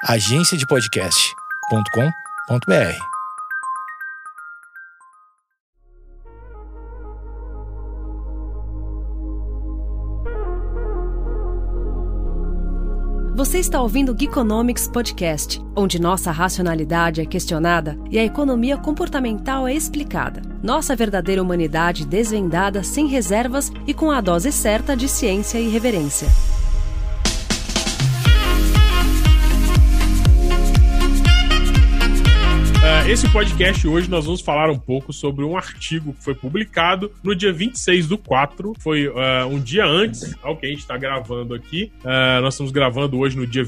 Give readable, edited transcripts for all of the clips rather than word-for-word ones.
agenciadepodcast.com.br. Você está ouvindo o Geekonomics Podcast, onde nossa racionalidade é questionada e a economia comportamental é explicada. Nossa verdadeira humanidade desvendada sem reservas e com a dose certa de ciência e reverência. Esse podcast hoje nós vamos falar um pouco sobre um artigo que foi publicado no dia 26/4, foi um dia antes ao que a gente está gravando aqui. Nós estamos gravando hoje no dia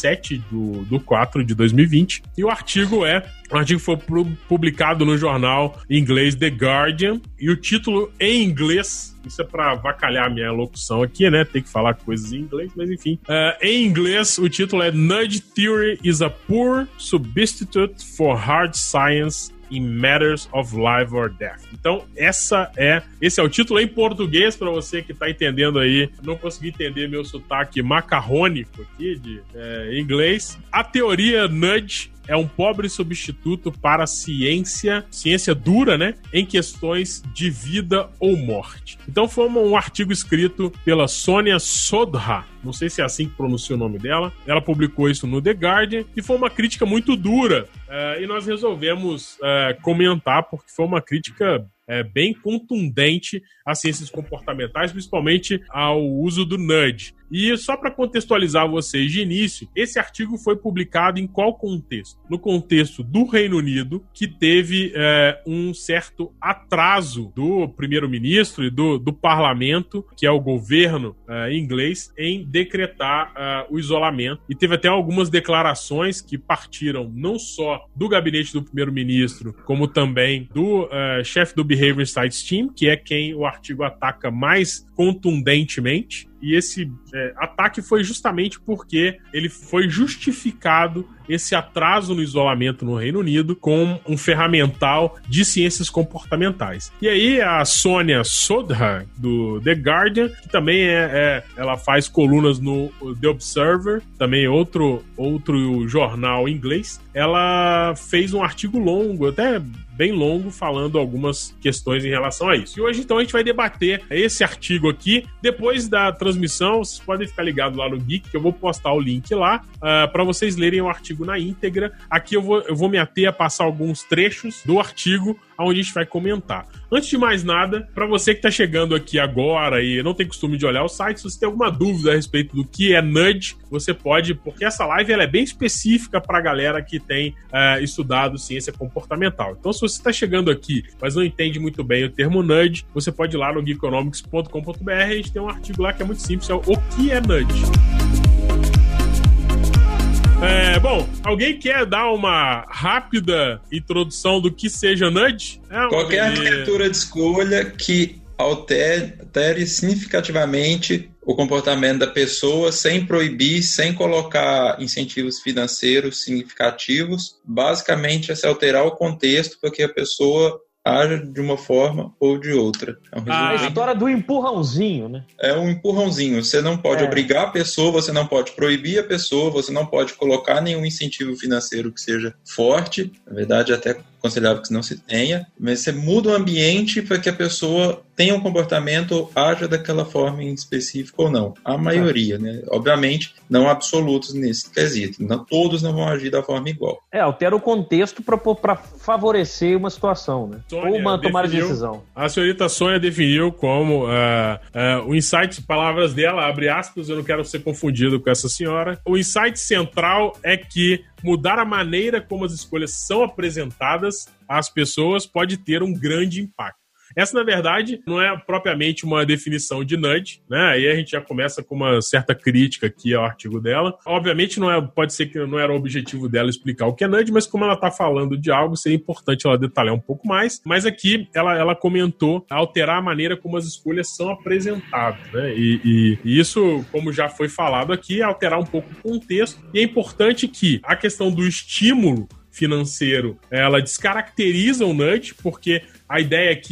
27/4 de 2020, e o artigo foi publicado no jornal inglês The Guardian, e o título em inglês... Isso é pra avacalhar a minha locução aqui, né? Tem que falar coisas em inglês, mas enfim. Em inglês, o título é Nudge Theory is a Poor Substitute for Hard Science in Matters of Life or Death. Então, esse é o título em português, para você que tá entendendo aí. Não consegui entender meu sotaque macarrônico aqui de inglês. A teoria Nudge é um pobre substituto para a ciência dura, né, em questões de vida ou morte. Então foi um artigo escrito pela Sonia Sodha, não sei se é assim que pronuncia o nome dela. Ela publicou isso no The Guardian e foi uma crítica muito dura, e nós resolvemos comentar, porque foi uma crítica bem contundente às ciências comportamentais, principalmente ao uso do nudge. E só para contextualizar vocês de início, esse artigo foi publicado em qual contexto? No contexto do Reino Unido, que teve um certo atraso do primeiro-ministro e do parlamento, que é o governo inglês, em decretar o isolamento. E teve até algumas declarações que partiram não só do gabinete do primeiro-ministro, como também do chefe do Behavior Science Team, que é quem o artigo ataca mais contundentemente. E esse ataque foi justamente porque ele foi justificado, esse atraso no isolamento no Reino Unido, com um ferramental de ciências comportamentais. E aí a Sonia Sodha, do The Guardian, que também ela faz colunas no The Observer, também outro jornal inglês, ela fez um artigo longo, até bem longo, falando algumas questões em relação a isso. E hoje, então, a gente vai debater esse artigo aqui. Depois da transmissão, vocês podem ficar ligados lá no Geek, que eu vou postar o link lá, para vocês lerem o artigo na íntegra. Aqui eu vou me ater a passar alguns trechos do artigo, onde a gente vai comentar. Antes de mais nada, para você que está chegando aqui agora e não tem costume de olhar o site, se você tem alguma dúvida a respeito do que é nudge, você pode, porque essa live ela é bem específica para a galera que tem estudado ciência comportamental. Então, se você está chegando aqui, mas não entende muito bem o termo nudge, você pode ir lá no geekonomics.com.br, a gente tem um artigo lá que é muito simples, é o que é nudge. Bom, alguém quer dar uma rápida introdução do que seja nudge? Qualquer arquitetura de escolha que altere significativamente o comportamento da pessoa sem proibir, sem colocar incentivos financeiros significativos. Basicamente, é se alterar o contexto para que a pessoa haja de uma forma ou de outra. A história do empurrãozinho, né? É um empurrãozinho. Você não pode obrigar a pessoa, você não pode proibir a pessoa, você não pode colocar nenhum incentivo financeiro que seja forte. Na verdade, até aconselhável que não se tenha, mas você muda o ambiente para que a pessoa tenha um comportamento, haja daquela forma em específico ou não. A maioria, né? Obviamente, não absolutos nesse quesito. Todos não vão agir da forma igual. Altera o contexto para favorecer uma situação, né? Ou uma tomada de decisão. A senhorita Sônia definiu como o insight, palavras dela, abre aspas, eu não quero ser confundido com essa senhora. O insight central é que mudar a maneira como as escolhas são apresentadas às pessoas pode ter um grande impacto. Essa, na verdade, não é propriamente uma definição de nudge, né? Aí a gente já começa com uma certa crítica aqui ao artigo dela. Obviamente, pode ser que não era o objetivo dela explicar o que é nudge, mas como ela está falando de algo, seria importante ela detalhar um pouco mais. Mas aqui, ela comentou alterar a maneira como as escolhas são apresentadas, né? E isso, como já foi falado aqui, é alterar um pouco o contexto. E é importante que a questão do estímulo financeiro, ela descaracteriza o nudge, porque a ideia é que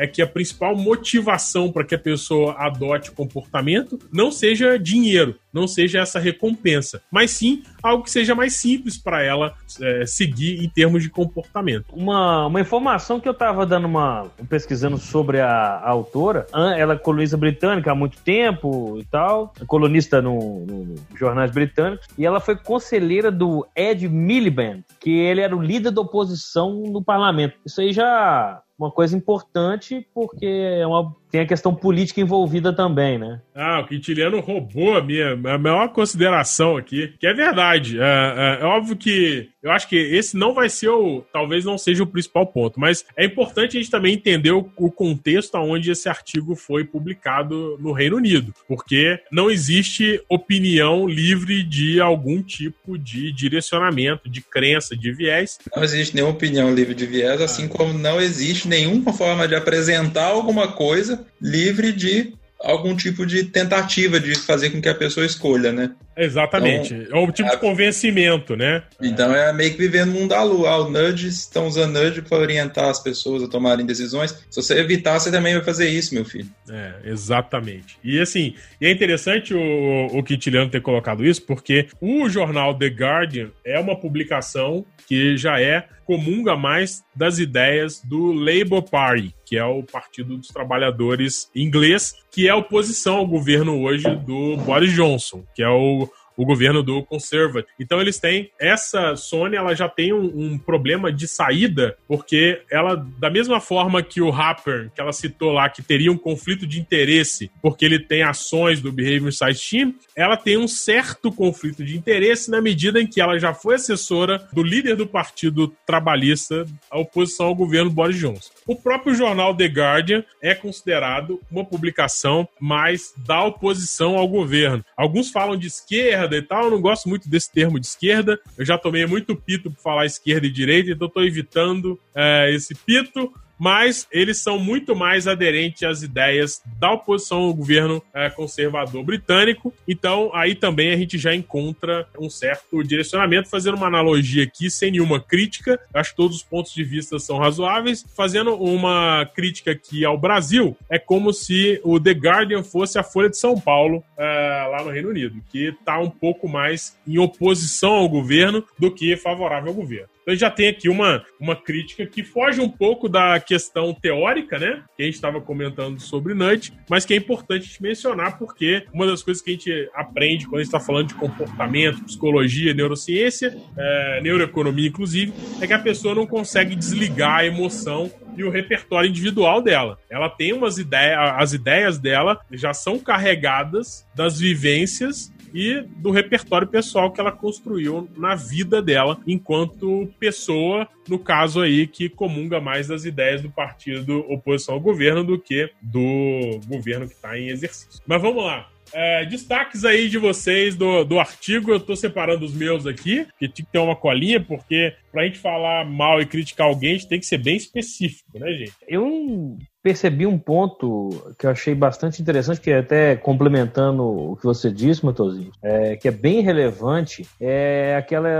é que a principal motivação para que a pessoa adote o comportamento não seja dinheiro, não seja essa recompensa, mas sim algo que seja mais simples para ela seguir em termos de comportamento. Uma informação que eu estava pesquisando sobre a autora, ela é colunista britânica há muito tempo e tal, colunista no jornais britânicos, e ela foi conselheira do Ed Miliband, que ele era o líder da oposição no parlamento. Isso aí já é uma coisa importante, porque tem a questão política envolvida também, né? O Quintiliano roubou a maior consideração aqui, que é verdade. É óbvio que eu acho que esse não vai ser talvez não seja o principal ponto, mas é importante a gente também entender o contexto onde esse artigo foi publicado no Reino Unido, porque não existe opinião livre de algum tipo de direcionamento, de crença, de viés. Não existe nenhuma opinião livre de viés, assim como não existe nenhuma forma de apresentar alguma coisa livre de algum tipo de tentativa de fazer com que a pessoa escolha, né? Exatamente. Então, é um tipo de convencimento, né? Então é meio que vivendo no mundo da lua. O nudge, estão usando nudge para orientar as pessoas a tomarem decisões. Se você evitar, você também vai fazer isso, meu filho. Exatamente. E assim, é interessante o Quintiliano ter colocado isso, porque o jornal The Guardian é uma publicação que já comunga mais das ideias do Labour Party, que é o Partido dos Trabalhadores inglês, que é a oposição ao governo hoje do Boris Johnson, que é o governo do Conservative. Então eles têm, essa Sony, ela já tem um problema de saída, porque ela, da mesma forma que o Harper, que ela citou lá, que teria um conflito de interesse, porque ele tem ações do Behavior Insights Team, ela tem um certo conflito de interesse na medida em que ela já foi assessora do líder do Partido Trabalhista, a oposição ao governo Boris Johnson. O próprio jornal The Guardian é considerado uma publicação mais da oposição ao governo. Alguns falam de esquerda e tal, eu não gosto muito desse termo de esquerda, eu já tomei muito pito por falar esquerda e direita, então estou evitando esse pito, mas eles são muito mais aderentes às ideias da oposição ao governo conservador britânico. Então, aí também a gente já encontra um certo direcionamento, fazendo uma analogia aqui, sem nenhuma crítica. Acho que todos os pontos de vista são razoáveis. Fazendo uma crítica aqui ao Brasil, é como se o The Guardian fosse a Folha de São Paulo, lá no Reino Unido, que está um pouco mais em oposição ao governo do que favorável ao governo. Então já tem aqui uma crítica que foge um pouco da questão teórica, né? Que a gente estava comentando sobre nudge, mas que é importante mencionar porque uma das coisas que a gente aprende quando a gente está falando de comportamento, psicologia, neurociência, neuroeconomia inclusive, é que a pessoa não consegue desligar a emoção e o repertório individual dela. Ela tem umas ideias, as ideias dela já são carregadas das vivências e do repertório pessoal que ela construiu na vida dela enquanto pessoa, no caso aí, que comunga mais das ideias do partido oposição ao governo do que do governo que está em exercício. Mas vamos lá. Destaques aí de vocês do artigo, eu tô separando os meus aqui, que tinha que ter uma colinha, porque pra gente falar mal e criticar alguém, a gente tem que ser bem específico, né, gente? Eu percebi um ponto que eu achei bastante interessante, que é até complementando o que você disse, Matosinho, que é bem relevante, é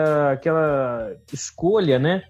aquela escolha, né?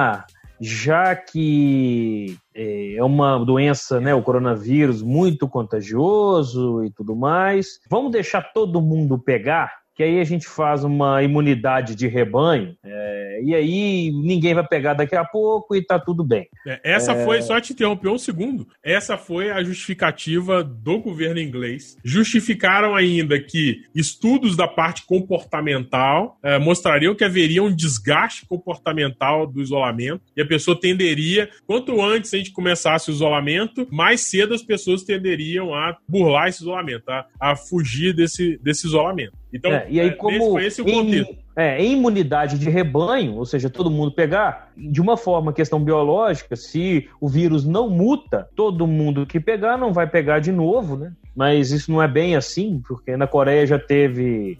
Já que é uma doença, né, o coronavírus, muito contagioso e tudo mais, vamos deixar todo mundo pegar? Que aí a gente faz uma imunidade de rebanho, e aí ninguém vai pegar daqui a pouco e tá tudo bem. Foi, só te interromper um segundo, essa foi a justificativa do governo inglês. Justificaram ainda que estudos da parte comportamental mostrariam que haveria um desgaste comportamental do isolamento, e a pessoa tenderia, quanto antes a gente começasse o isolamento, mais cedo as pessoas tenderiam a burlar esse isolamento, a fugir desse isolamento. Então, e aí, como foi esse o contexto. Em imunidade de rebanho, ou seja, todo mundo pegar, de uma forma, questão biológica, se o vírus não muta, todo mundo que pegar não vai pegar de novo, né? Mas isso não é bem assim, porque na Coreia já teve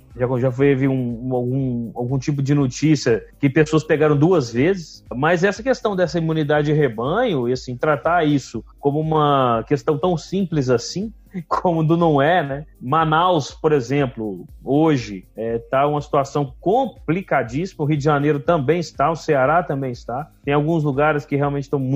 algum tipo de notícia que pessoas pegaram 2 vezes, mas essa questão dessa imunidade de rebanho, e assim, tratar isso como uma questão tão simples assim, como do não é, né? Manaus, por exemplo, hoje está uma situação complicadíssima. O Rio de Janeiro também está, o Ceará também está. Tem alguns lugares que realmente estão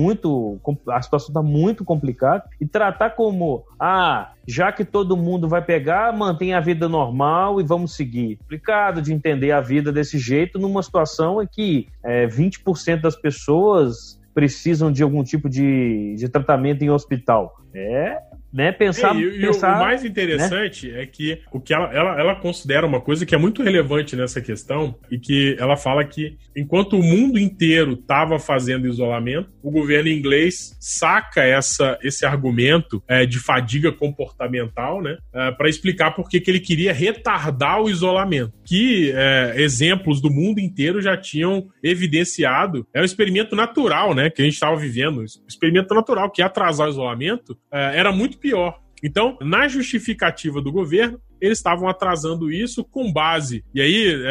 a situação está muito complicada. E tratar como, já que todo mundo vai pegar, mantém a vida normal e vamos seguir. Complicado de entender a vida desse jeito numa situação em que 20% das pessoas precisam de algum tipo de tratamento em hospital. Pensar... O mais interessante, né, é que o que ela considera uma coisa que é muito relevante nessa questão, e que ela fala que enquanto o mundo inteiro estava fazendo isolamento, o governo inglês saca esse argumento de fadiga comportamental, né, para explicar por que ele queria retardar o isolamento, que exemplos do mundo inteiro já tinham evidenciado. É um experimento natural, né, que a gente estava vivendo. O experimento natural, que atrasar o isolamento, era muito pior. Então, na justificativa do governo, eles estavam atrasando isso com base. E aí,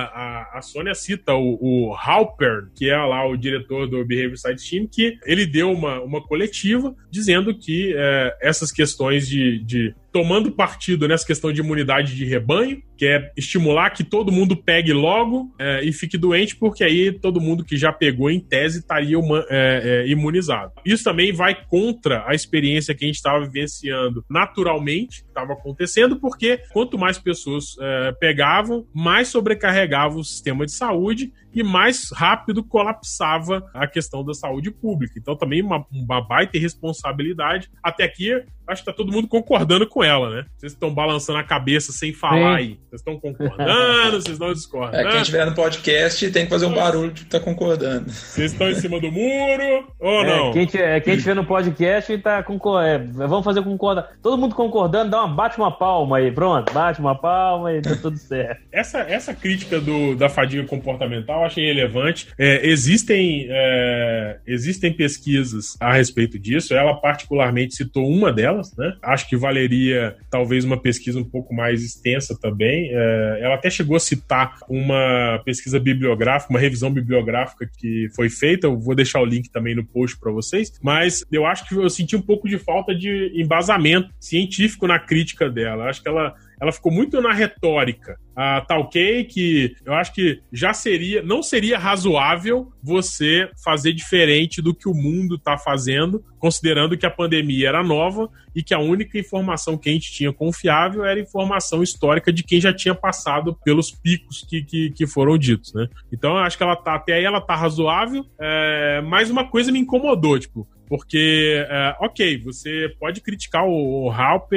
a Sônia cita o Halpern, que é lá o diretor do Behavior Science Team, que ele deu uma coletiva dizendo que essas questões de tomando partido nessa questão de imunidade de rebanho, que é estimular que todo mundo pegue logo e fique doente, porque aí todo mundo que já pegou, em tese, estaria imunizado. Isso também vai contra a experiência que a gente estava vivenciando naturalmente, que estava acontecendo, porque quanto mais pessoas pegavam, mais sobrecarregava o sistema de saúde e mais rápido colapsava a questão da saúde pública. Então também uma baita responsabilidade. Até aqui, acho que tá todo mundo concordando com ela, né? Vocês estão balançando a cabeça sem falar aí. Vocês estão concordando, vocês estão discordando. Quem estiver no podcast tem que fazer um barulho de tá concordando. Vocês estão em cima do muro ou não? Quem estiver no podcast tá concordando. Vamos fazer concordar. Todo mundo concordando, bate uma palma aí. Pronto, bate uma palma e tá tudo certo. Essa crítica da fadiga comportamental eu achei relevante. Existem pesquisas a respeito disso. Ela particularmente citou uma delas, né? Acho que valeria talvez uma pesquisa um pouco mais extensa também. Ela até chegou a citar uma pesquisa bibliográfica, uma revisão bibliográfica que foi feita. Eu vou deixar o link também no post para vocês. Mas eu acho que eu senti um pouco de falta de embasamento científico na crítica dela. Acho que ela ficou muito na retórica. Tá ok que eu acho que não seria razoável você fazer diferente do que o mundo está fazendo, considerando que a pandemia era nova e que a única informação que a gente tinha confiável era informação histórica de quem já tinha passado pelos picos que foram ditos, né? Então eu acho que até aí ela tá razoável, mas uma coisa me incomodou, porque, ok, você pode criticar o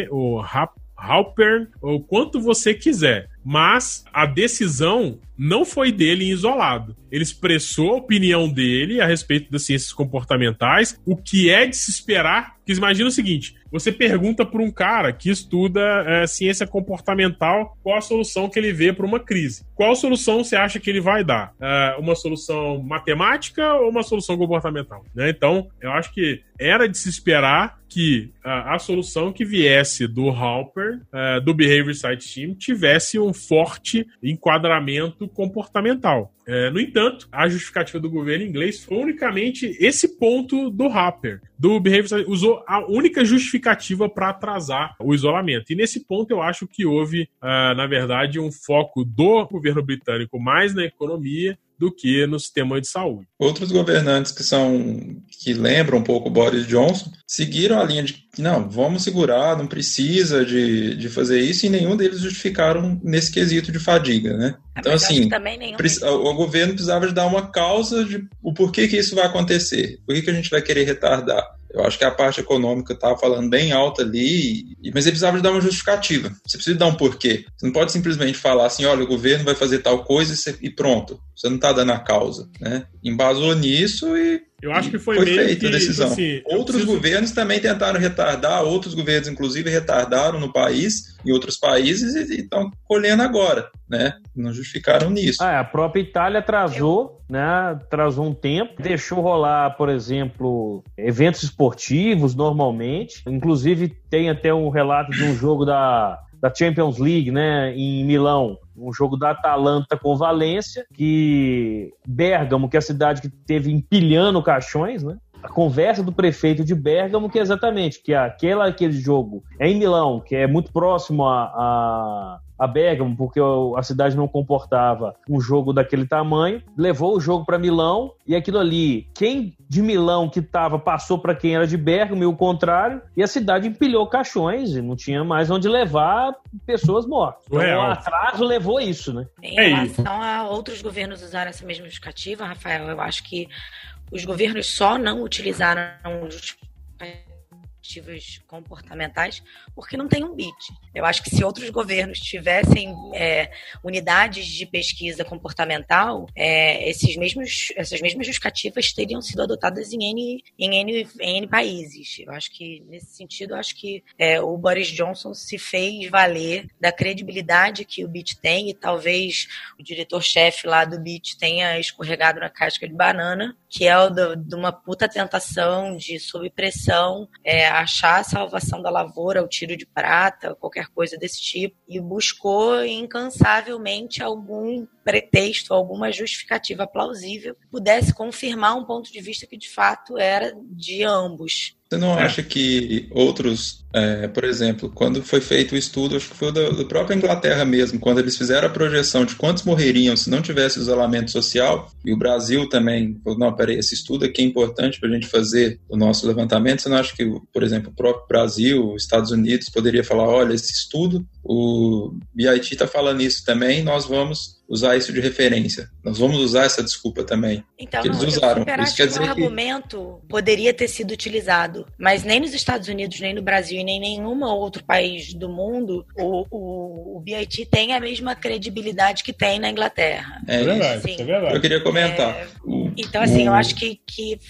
Halpern o quanto você quiser, mas a decisão não foi dele em isolado. Ele expressou a opinião dele a respeito das ciências comportamentais, o que é de se esperar. Porque imagina o seguinte, você pergunta para um cara que estuda ciência comportamental qual a solução que ele vê para uma crise. Qual solução você acha que ele vai dar? Uma solução matemática ou uma solução comportamental? Né? Então, eu acho que era de se esperar que a solução que viesse do Halpern, do Behavior Science Team, tivesse um forte enquadramento comportamental. No entanto, a justificativa do governo inglês foi unicamente esse ponto do Halpern. Do Behavior Science usou a única justificativa para atrasar o isolamento. E nesse ponto eu acho que houve, na verdade, um foco do governo britânico mais na economia do que no sistema de saúde. Outros governantes que lembram um pouco o Boris Johnson seguiram a linha de não, vamos segurar, não precisa de fazer isso, e nenhum deles justificaram nesse quesito de fadiga, né? Então, assim, o governo precisava de dar uma causa de o porquê que isso vai acontecer, por que a gente vai querer retardar. Eu acho que a parte econômica estava falando bem alta ali, mas ele precisava de dar uma justificativa. Você precisa dar um porquê. Você não pode simplesmente falar assim, olha, o governo vai fazer tal coisa e pronto. Você não está dando a causa, né? Embasou nisso e eu acho que foi feita a decisão. Assim, outros governos também tentaram retardar, outros governos, inclusive, retardaram no país, em outros países, e estão colhendo agora, né? Não justificaram nisso. A própria Itália atrasou, né? Atrasou um tempo, deixou rolar, por exemplo, eventos esportivos normalmente. Inclusive, tem até um relato de um jogo da Champions League, né, em Milão, um jogo da Atalanta com Valência, que Bérgamo, que é a cidade que teve empilhando caixões, né, a conversa do prefeito de Bérgamo, que é exatamente que aquele jogo é em Milão, que é muito próximo a Bérgamo, porque a cidade não comportava um jogo daquele tamanho, levou o jogo para Milão, e aquilo ali, quem de Milão que estava passou para quem era de Bérgamo e o contrário, e a cidade empilhou caixões e não tinha mais onde levar pessoas mortas. Então o atraso levou isso, né? Em relação a outros governos usarem essa mesma justificativa, Rafael, eu acho que os governos só não utilizaram justificativas comportamentais porque não tem um BIT. Eu acho que se outros governos tivessem unidades de pesquisa comportamental, essas mesmas justificativas teriam sido adotadas em N países. Eu acho que, nesse sentido, o Boris Johnson se fez valer da credibilidade que o BIT tem, e talvez o diretor-chefe lá do BIT tenha escorregado na casca de banana, que é de uma puta tentação de, sob pressão, achar a salvação da lavoura, o tiro de prata, qualquer coisa desse tipo, e buscou incansavelmente algum pretexto, alguma justificativa plausível que pudesse confirmar um ponto de vista que de fato era de ambos. Você não acha que outros, por exemplo, quando foi feito o estudo, acho que foi da própria Inglaterra mesmo, quando eles fizeram a projeção de quantos morreriam se não tivesse o isolamento social, e o Brasil também falou, não, peraí, esse estudo aqui é importante para a gente fazer o nosso levantamento, você não acha que, por exemplo, o próprio Brasil, os Estados Unidos, poderia falar, olha, esse estudo, o BIT está falando isso também, nós vamos usar isso de referência. Nós vamos usar essa desculpa também. Então, que eles usaram. Isso quer dizer que o argumento poderia ter sido utilizado, mas nem nos Estados Unidos, nem no Brasil, e nem em nenhum outro país do mundo, o BIT tem a mesma credibilidade que tem na Inglaterra. É verdade, assim, é verdade. Eu queria comentar. Então, assim, eu acho que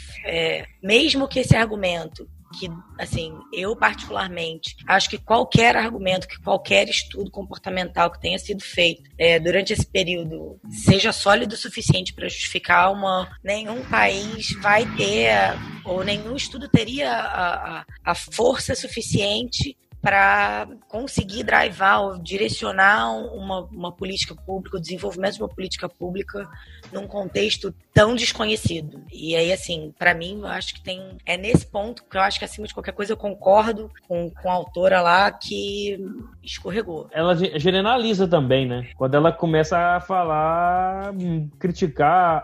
mesmo que esse argumento, que, assim, eu particularmente acho que qualquer argumento, que qualquer estudo comportamental que tenha sido feito durante esse período seja sólido o suficiente para justificar nenhum país vai ter, ou nenhum estudo teria a força suficiente para conseguir drivar ou direcionar uma política pública, o desenvolvimento de uma política pública num contexto tão desconhecido. E aí, assim, para mim, eu acho que é nesse ponto que eu acho que, acima de qualquer coisa, eu concordo com a autora lá que escorregou. Ela generaliza também, né? Quando ela começa a falar, criticar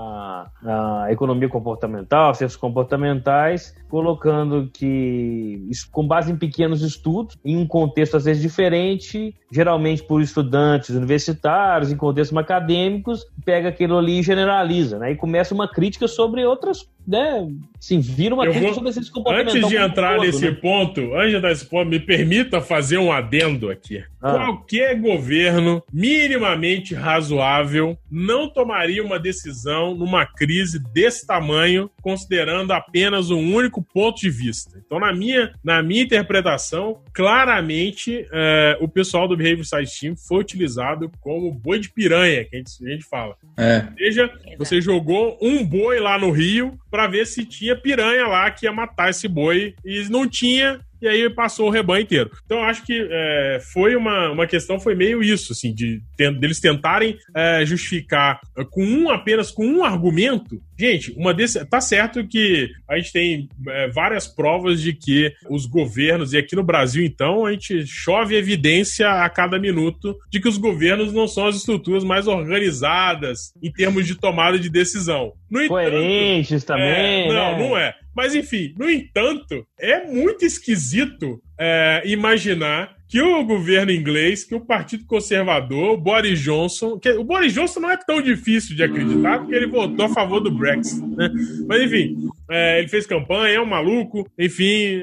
a economia comportamental, ciências comportamentais, colocando que, com base em pequenos estudos, em um contexto às vezes diferente, geralmente por estudantes universitários, em contextos acadêmicos, pega aquilo ali e generaliza, né? E começa uma crítica sobre outras, né? Assim, vira uma crítica sobre esses comportamentais. Antes de entrar nesse ponto, me permita fazer um adendo aqui. Qualquer governo minimamente razoável não tomaria uma decisão numa crise desse tamanho, considerando apenas um único ponto de vista. Então, na minha interpretação, claramente, o pessoal do Behavior Science Team foi utilizado como boi de piranha, que a gente fala. Ou seja, você jogou um boi lá no rio para ver se tinha piranha lá que ia matar esse boi, e não tinha, e aí passou o rebanho inteiro. Então, eu acho que foi uma questão, foi meio isso, assim, deles tentarem justificar apenas com um argumento. Gente, tá certo que a gente tem várias provas de que os governos, e aqui no Brasil, então, a gente chove evidência a cada minuto de que os governos não são as estruturas mais organizadas em termos de tomada de decisão. Coerentes também. Não é. Mas, enfim, no entanto, é muito esquisito imaginar que o governo inglês, que o Partido Conservador, o Boris Johnson... o Boris Johnson não é tão difícil de acreditar, porque ele votou a favor do Brexit, né? Mas, enfim, ele fez campanha, é um maluco, enfim,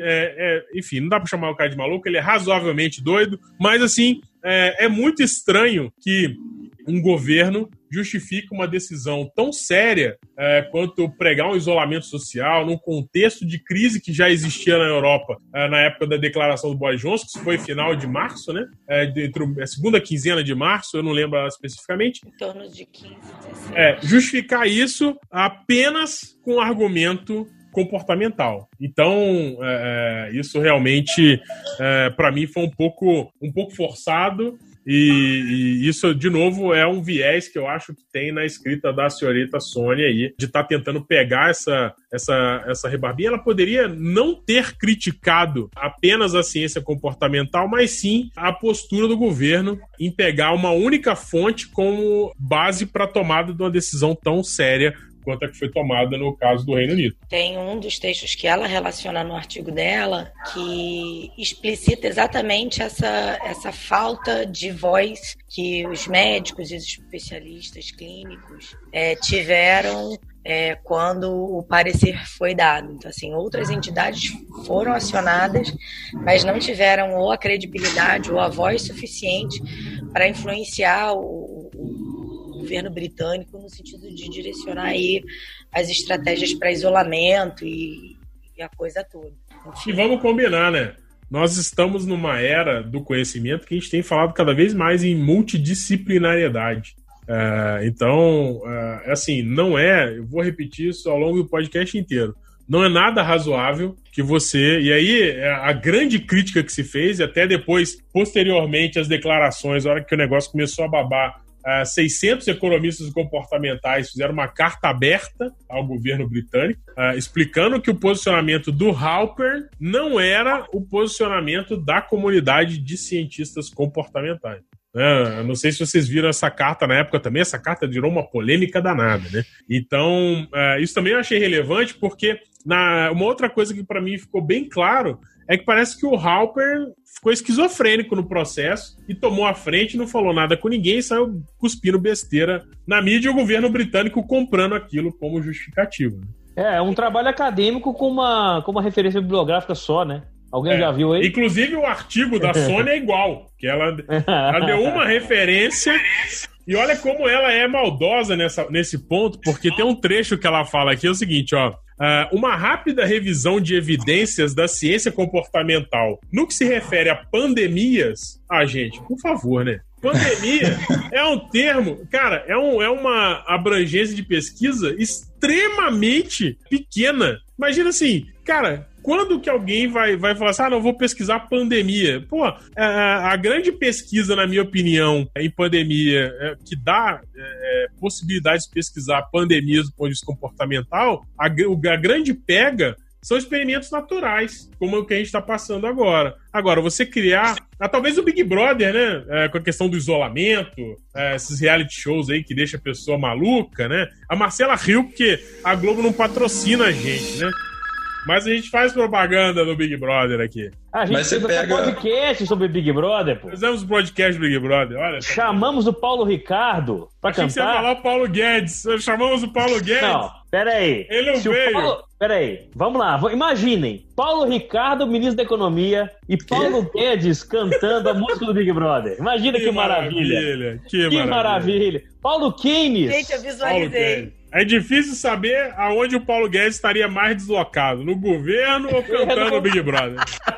não dá pra chamar o cara de maluco, ele é razoavelmente doido, mas, assim, é muito estranho que um governo justifique uma decisão tão séria quanto pregar um isolamento social num contexto de crise que já existia na Europa na época da declaração do Boris Johnson, que foi final de março, né? Entre a segunda quinzena de março, eu não lembro especificamente. Em torno de 15, 17. Justificar isso apenas com argumento comportamental. Então, isso realmente, para mim, foi um pouco forçado. E isso, de novo, é um viés que eu acho que tem na escrita da senhorita Sônia aí, de estar tentando pegar essa rebarbinha. Ela poderia não ter criticado apenas a ciência comportamental, mas sim a postura do governo em pegar uma única fonte como base para a tomada de uma decisão tão séria quanto a que foi tomada no caso do Reino Unido. Tem um dos textos que ela relaciona no artigo dela que explicita exatamente essa falta de voz que os médicos e os especialistas clínicos tiveram quando o parecer foi dado. Então, assim, outras entidades foram acionadas, mas não tiveram ou a credibilidade ou a voz suficiente para influenciar o governo britânico no sentido de direcionar aí as estratégias para isolamento e a coisa toda. Enfim. E vamos combinar, né? Nós estamos numa era do conhecimento que a gente tem falado cada vez mais em multidisciplinariedade. Então, assim, não é... Eu vou repetir isso ao longo do podcast inteiro. Não é nada razoável que você... E aí, a grande crítica que se fez, e até depois, posteriormente, as declarações, a hora que o negócio começou a babar, 600 economistas comportamentais fizeram uma carta aberta ao governo britânico, explicando que o posicionamento do Halpern não era o posicionamento da comunidade de cientistas comportamentais. Eu não sei se vocês viram essa carta na época também. Essa carta gerou uma polêmica danada, né? Então, isso também eu achei relevante porque uma outra coisa que para mim ficou bem claro é que parece que o Halpern ficou esquizofrênico no processo e tomou a frente, não falou nada com ninguém e saiu cuspindo besteira na mídia e o governo britânico comprando aquilo como justificativo. É um trabalho acadêmico com uma referência bibliográfica só, né? Alguém já viu aí? Inclusive o artigo da Sônia é igual, que ela deu uma referência e olha como ela é maldosa nesse ponto, porque tem um trecho que ela fala aqui, é o seguinte, ó. Uma rápida revisão de evidências da ciência comportamental no que se refere a pandemias. Gente, por favor, né? Pandemia é um termo, cara, é uma abrangência de pesquisa extremamente pequena. Imagina assim, cara, quando que alguém vai falar assim, não, vou pesquisar pandemia? Pô, a grande pesquisa, na minha opinião, em pandemia, que dá possibilidade de pesquisar pandemias do ponto de vista comportamental, a grande pega são experimentos naturais, como o que a gente está passando agora. Agora, você criar... talvez o Big Brother, né? Com a questão do isolamento, esses reality shows aí que deixa a pessoa maluca, né? A Marcela riu porque a Globo não patrocina a gente, né? Mas a gente faz propaganda no Big Brother aqui. A gente fez um podcast sobre Big Brother, pô. Fizemos um podcast Big Brother, olha. Chamamos o Paulo Ricardo pra cantar. Achei que você ia falar o Paulo Guedes. Chamamos o Paulo Guedes. Não, peraí. Ele não veio. Peraí, vamos lá. Imaginem, Paulo Ricardo, ministro da Economia, e Paulo Guedes cantando a música do Big Brother. Imagina que maravilha. Que maravilha. Paulo Keynes. Gente, eu visualizei. É difícil saber aonde o Paulo Guedes estaria mais deslocado, no governo ou cantando no Big Brother.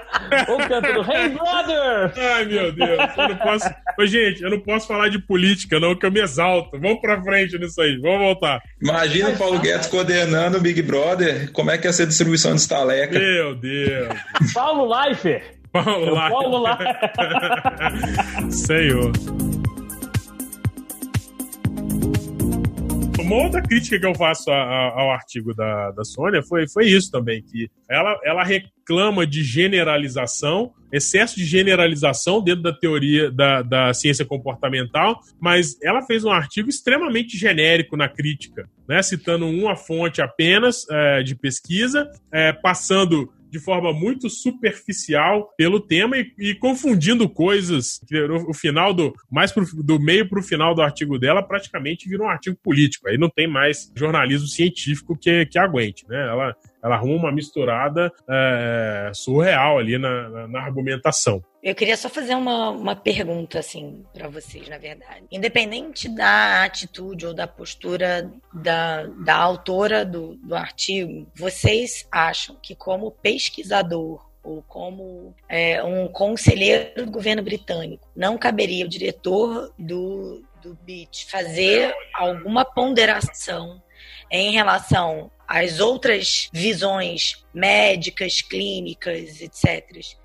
Ou cantando Hey Brother! Ai, meu Deus, eu não posso... Gente, eu não posso falar de política, não, que eu me exalto. Vamos pra frente nisso aí, vamos voltar. Imagina o Paulo Guedes coordenando o Big Brother, como é que ia ser a distribuição de estaleca? Meu Deus. Paulo Leifert. Paulo Leifert. Senhor. Uma outra crítica que eu faço ao artigo da Sônia foi isso também, que ela reclama de generalização, excesso de generalização dentro da teoria da ciência comportamental, mas ela fez um artigo extremamente genérico na crítica, né, citando uma fonte apenas de pesquisa, passando de forma muito superficial pelo tema e confundindo coisas. O final do meio para o final do artigo dela praticamente vira um artigo político. Aí não tem mais jornalismo científico que aguente, né? Ela arruma uma misturada surreal ali na argumentação. Eu queria só fazer uma pergunta, assim, para vocês, na verdade. Independente da atitude ou da postura da autora do artigo, vocês acham que como pesquisador ou como um conselheiro do governo britânico, não caberia o diretor do BIT fazer alguma ponderação em relação às outras visões médicas, clínicas, etc.,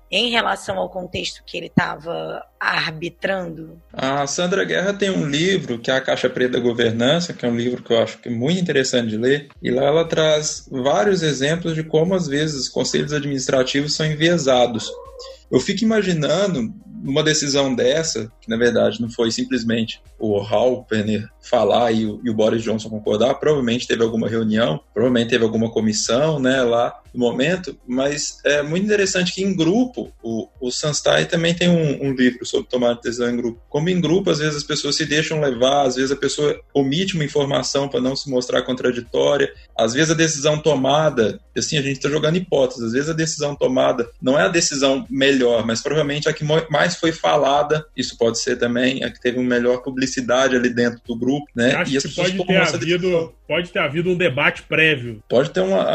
em relação ao contexto que ele estava arbitrando? A Sandra Guerra tem um livro que é A Caixa Preta da Governança, que é um livro que eu acho que é muito interessante de ler, e lá ela traz vários exemplos de como às vezes os conselhos administrativos são enviesados. Eu fico imaginando uma decisão dessa, que na verdade não foi simplesmente o Halpener falar e o Boris Johnson concordar, provavelmente teve alguma reunião, provavelmente teve alguma comissão, né, lá no momento, mas é muito interessante que em grupo, o Sunstein também tem um livro sobre tomar decisão em grupo. Como em grupo, às vezes as pessoas se deixam levar, às vezes a pessoa omite uma informação para não se mostrar contraditória, às vezes a decisão tomada, assim, a gente está jogando hipóteses, às vezes a decisão tomada não é a decisão melhor, mas provavelmente a que mais foi falada, isso pode ser também a que teve uma melhor publicidade ali dentro do grupo, né? Acho que pode ter havido um debate prévio. Pode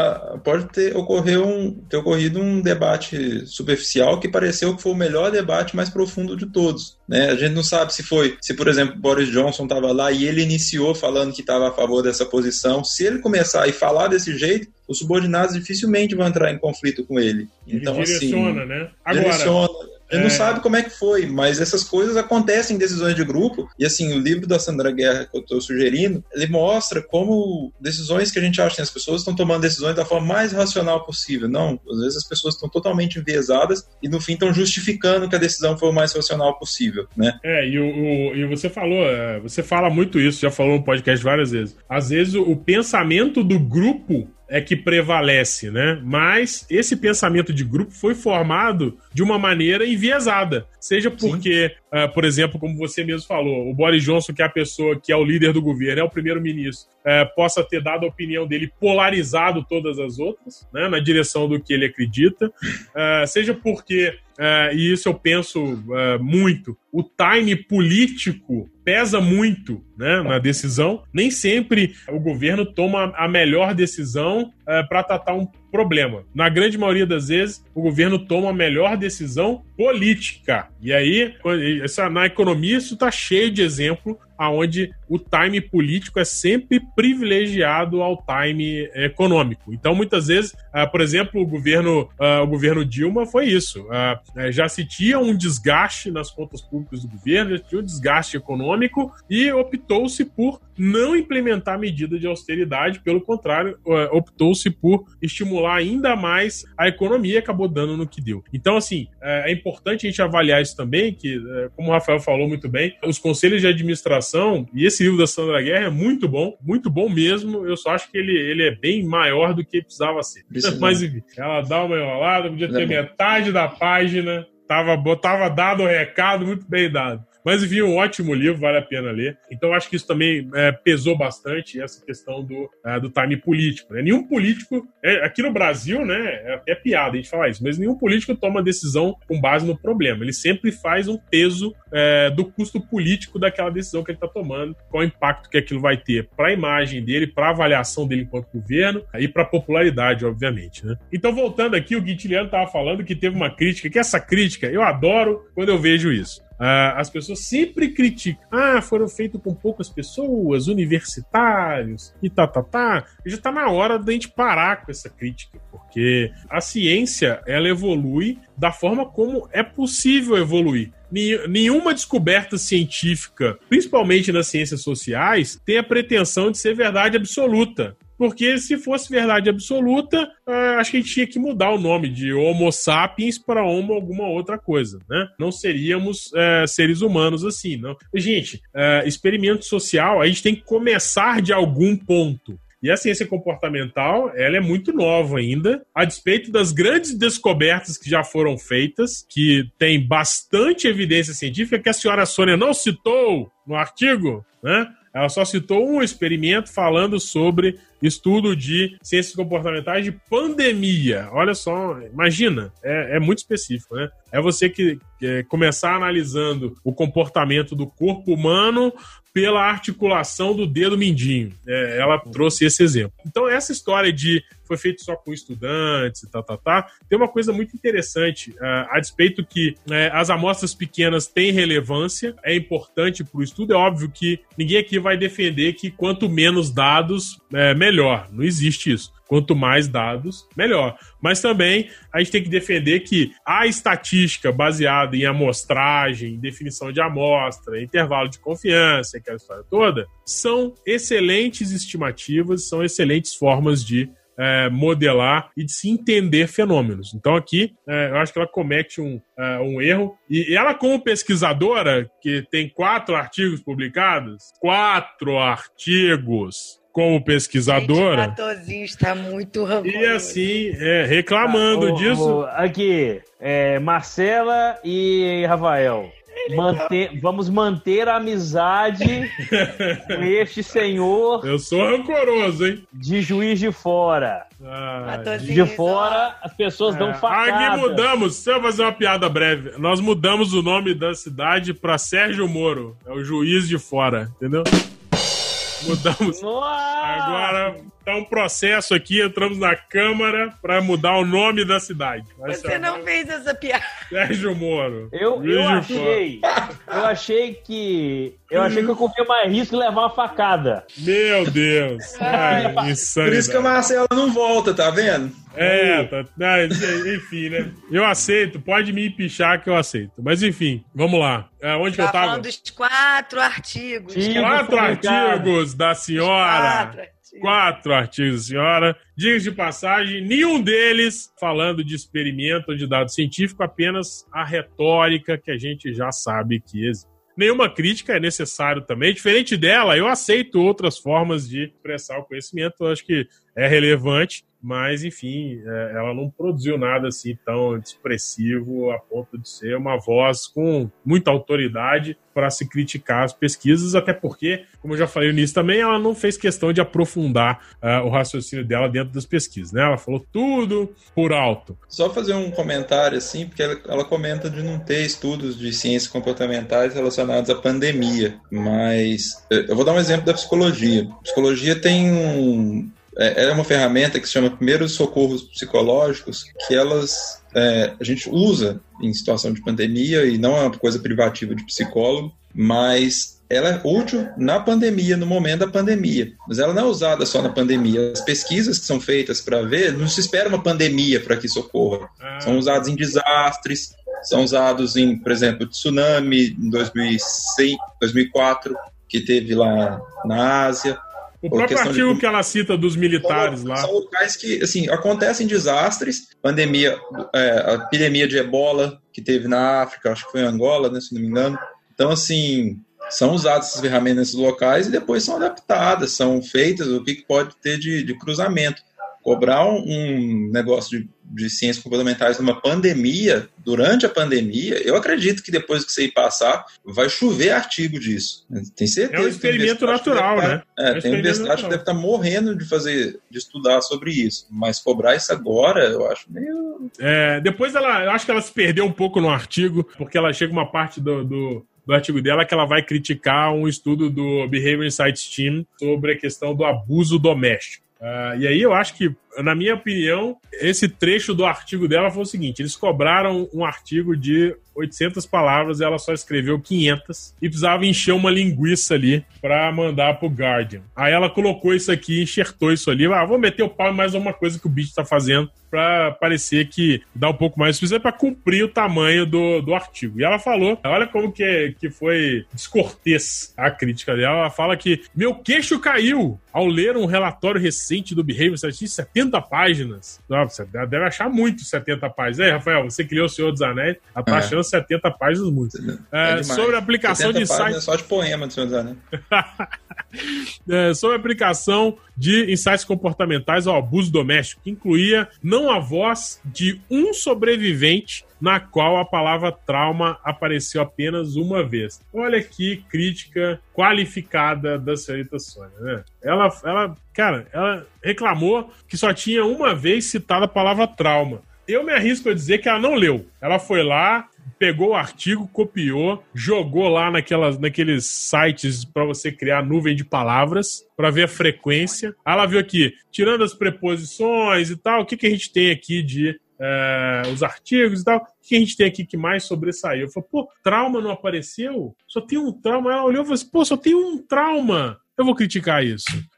ter ocorrido um debate superficial que pareceu que foi o melhor debate mais profundo de todos, né? A gente não sabe se por exemplo, Boris Johnson estava lá e ele iniciou falando que estava a favor dessa posição. Se ele começar e falar desse jeito, os subordinados dificilmente vão entrar em conflito com ele. Então, ele direciona, assim, né? Agora, ele não sabe como é que foi, mas essas coisas acontecem em decisões de grupo. E assim, o livro da Sandra Guerra que eu estou sugerindo, ele mostra como decisões que a gente acha que as pessoas estão tomando decisões da forma mais racional possível. Não, às vezes as pessoas estão totalmente enviesadas e no fim estão justificando que a decisão foi o mais racional possível, né? E você fala muito isso, já falou no podcast várias vezes. Às vezes o pensamento do grupo é que prevalece, né? Mas esse pensamento de grupo foi formado de uma maneira enviesada. Seja porque, por exemplo, como você mesmo falou, o Boris Johnson, que é a pessoa que é o líder do governo, é o primeiro-ministro, possa ter dado a opinião dele polarizado todas as outras, né? Na direção do que ele acredita. Seja porque, e isso eu penso muito, o time político pesa muito, né, na decisão. Nem sempre o governo toma a melhor decisão para tratar um problema. Na grande maioria das vezes, o governo toma a melhor decisão política. E aí, na economia, isso está cheio de exemplo onde o time político é sempre privilegiado ao time econômico. Então, muitas vezes, por exemplo, o governo Dilma foi isso. Já se tinha um desgaste nas contas públicas do governo, já tinha um desgaste econômico e optou-se por não implementar medida de austeridade, pelo contrário, optou-se por estimular ainda mais a economia e acabou dando no que deu. Então, assim, é importante a gente avaliar isso também, que, como o Rafael falou muito bem, os conselhos de administração, e esse livro da Sandra Guerra é muito bom mesmo, eu só acho que ele é bem maior do que precisava ser. Mas, enfim, ela dá uma enrolada, podia ter metade da página, tava dado o recado, muito bem dado. Mas, enfim, um ótimo livro, vale a pena ler. Então, acho que isso também pesou bastante, essa questão do time político, né? Nenhum político, aqui no Brasil, né, é piada a gente falar isso, mas nenhum político toma decisão com base no problema. Ele sempre faz um peso do custo político daquela decisão que ele está tomando, qual o impacto que aquilo vai ter para a imagem dele, para a avaliação dele enquanto governo e para a popularidade, obviamente, né? Então, voltando aqui, o Guitiliano estava falando que teve uma crítica, que essa crítica eu adoro quando eu vejo isso. As pessoas sempre criticam. Foram feitos com poucas pessoas, universitários e Já tá na hora da gente parar com essa crítica, porque a ciência, ela evolui da forma como é possível evoluir. Nenhuma descoberta científica, principalmente nas ciências sociais, tem a pretensão de ser verdade absoluta. Porque se fosse verdade absoluta, acho que a gente tinha que mudar o nome de Homo sapiens para Homo alguma outra coisa, né? Não seríamos seres humanos assim, não. Gente, experimento social, a gente tem que começar de algum ponto. E a ciência comportamental, ela é muito nova ainda, a despeito das grandes descobertas que já foram feitas, que tem bastante evidência científica, que a senhora Sônia não citou no artigo, né? Ela só citou um experimento falando sobre estudo de ciências comportamentais de pandemia. Olha só, imagina, é muito específico, né? É você que começar analisando o comportamento do corpo humano pela articulação do dedo mindinho. Ela trouxe esse exemplo. Então, essa história de foi feito só com estudantes e tem uma coisa muito interessante, a despeito que as amostras pequenas têm relevância, é importante para o estudo, é óbvio que ninguém aqui vai defender que quanto menos dados, melhor, não existe isso. Quanto mais dados, melhor. Mas também a gente tem que defender que a estatística baseada em amostragem, definição de amostra, intervalo de confiança, aquela história toda, são excelentes estimativas, são excelentes formas de modelar e de se entender fenômenos. Então aqui, eu acho que ela comete um erro. E ela, como pesquisadora, que tem 4 artigos publicados, 4 artigos como pesquisadora... Gente, o Matosinho está muito rancoroso. E assim, reclamando disso... Aqui, Marcela e Rafael... Vamos manter a amizade com este senhor. Eu sou rancoroso, hein? De Juiz de Fora. De Fora, as pessoas dão facada. Aqui mudamos, se eu fazer uma piada breve, nós mudamos o nome da cidade para Sérgio Moro. É o Juiz de Fora, entendeu? Mudamos. Nossa! Agora tá um processo aqui, entramos na Câmara pra mudar o nome da cidade. Você não fez essa piada. Sérgio Moro. Eu achei que eu corria mais risco de levar uma facada. Meu Deus. Por isso que a Marcela não volta, tá vendo? Enfim, né? Eu aceito, pode me empichar que eu aceito. Mas enfim, vamos lá. Onde que eu tava? Falando dos 4 artigos. 4 artigos da senhora. 4 artigos da senhora. Diga de passagem, nenhum deles falando de experimento ou de dado científico, apenas a retórica que a gente já sabe que existe. Nenhuma crítica é necessário também. Diferente dela, eu aceito outras formas de expressar o conhecimento. Eu acho que é relevante, mas, enfim, ela não produziu nada assim tão expressivo a ponto de ser uma voz com muita autoridade para se criticar as pesquisas, até porque, como eu já falei nisso também, ela não fez questão de aprofundar o raciocínio dela dentro das pesquisas, né? Ela falou tudo por alto. Só fazer um comentário, assim, porque ela comenta de não ter estudos de ciências comportamentais relacionados à pandemia, mas eu vou dar um exemplo da psicologia. A psicologia tem é uma ferramenta que se chama Primeiros Socorros Psicológicos, que a gente usa em situação de pandemia, e não é uma coisa privativa de psicólogo, mas ela é útil na pandemia, no momento da pandemia. Mas ela não é usada só na pandemia. As pesquisas que são feitas para ver, não se espera uma pandemia para que socorra. São usados em desastres, são usados em, por exemplo, tsunami em 2004, que teve lá na Ásia. O próprio artigo que ela cita dos militares lá. São locais que, assim, acontecem desastres, pandemia, a epidemia de ebola que teve na África, acho que foi em Angola, né, se não me engano. Então, assim, são usadas essas ferramentas nesses locais e depois são adaptadas, são feitas o que pode ter de cruzamento. Cobrar um negócio de ciências comportamentais numa pandemia, durante a pandemia, eu acredito que depois que isso aí passar, vai chover artigo disso. Tem certeza. É um experimento natural, né? Tem universidade que deve estar morrendo de estudar sobre isso. Mas cobrar isso agora, eu acho meio... Depois eu acho que ela se perdeu um pouco no artigo, porque ela chega uma parte do artigo dela que ela vai criticar um estudo do Behavior Insights Team sobre a questão do abuso doméstico. E aí eu acho que, na minha opinião, esse trecho do artigo dela foi o seguinte: eles cobraram um artigo de 800 palavras, ela só escreveu 500 e precisava encher uma linguiça ali pra mandar pro Guardian. Aí ela colocou isso aqui, enxertou isso ali, vou meter o pau em mais uma coisa que o bicho tá fazendo pra parecer que dá um pouco mais, precisa pra cumprir o tamanho do artigo. E ela falou, olha como que foi descortês a crítica dela, ela fala que meu queixo caiu ao ler um relatório recente do Behavior Science, 70 páginas. Nossa, você deve achar muito 70 páginas. Aí, Rafael, você criou o Senhor dos Anéis, ela tá achando 70 páginas muito. Sobre a aplicação de insights... É só de poema do Senhor dos Anéis. Sobre a aplicação de insights comportamentais ao abuso doméstico, que incluía não a voz de um sobrevivente na qual a palavra trauma apareceu apenas uma vez. Olha que crítica qualificada da senhorita Sônia, né? Ela reclamou que só tinha uma vez citada a palavra trauma. Eu me arrisco a dizer que ela não leu. Ela foi lá, pegou o artigo, copiou, jogou lá naqueles sites para você criar nuvem de palavras, para ver a frequência. Aí ela viu aqui, tirando as preposições e tal, o que a gente tem aqui de os artigos e tal, o que a gente tem aqui que mais sobressaiu? Eu falei, trauma não apareceu? Só tem um trauma. Ela olhou e falou assim, só tem um trauma. Eu vou criticar isso.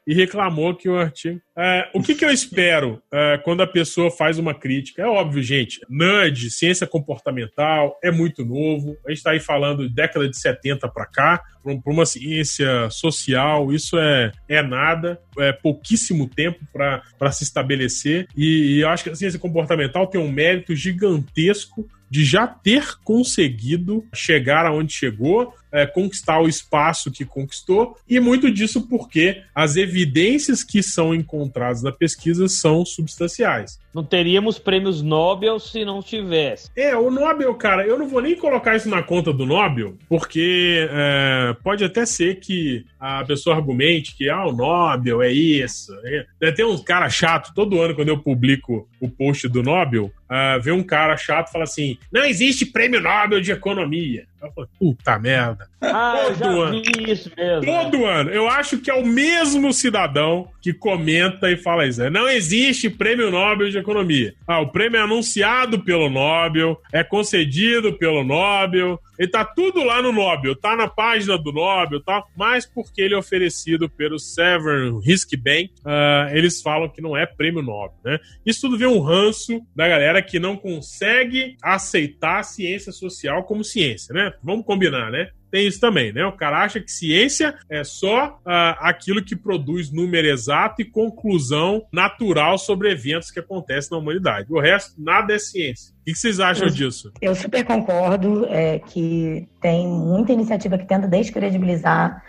e reclamou que o artigo... o que eu espero quando a pessoa faz uma crítica? É óbvio, gente, nudge, ciência comportamental, é muito novo. A gente está aí falando de década de 70 para cá, para uma ciência social, isso é nada, é pouquíssimo tempo para se estabelecer. E eu acho que a ciência comportamental tem um mérito gigantesco de já ter conseguido chegar aonde chegou, conquistar o espaço que conquistou, e muito disso porque as evidências que são encontradas na pesquisa são substanciais. Não teríamos prêmios Nobel se não tivesse. O Nobel, cara, eu não vou nem colocar isso na conta do Nobel, porque pode até ser que a pessoa argumente que o Nobel é isso. Tem uns caras chatos, todo ano quando eu publico o post do Nobel, vem um cara chato e fala assim, não existe prêmio Nobel de economia. Eu falo, puta merda. Eu já vi isso mesmo. Todo ano. Eu acho que é o mesmo cidadão que comenta e fala isso. Não existe prêmio Nobel de economia. O prêmio é anunciado pelo Nobel, é concedido pelo Nobel, ele tá tudo lá no Nobel, tá na página do Nobel, tá? Mas porque ele é oferecido pelo Sovereign Risk Bank, eles falam que não é prêmio Nobel, né? Isso tudo vem um ranço da galera que não consegue aceitar a ciência social como ciência, né? Vamos combinar, né? Tem isso também, né? O cara acha que ciência é só aquilo que produz número exato e conclusão natural sobre eventos que acontecem na humanidade. O resto, nada é ciência. O que vocês acham disso? Eu super concordo que tem muita iniciativa que tenta descredibilizar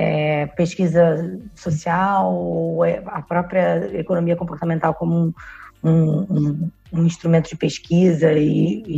pesquisa social ou a própria economia comportamental como um instrumento de pesquisa e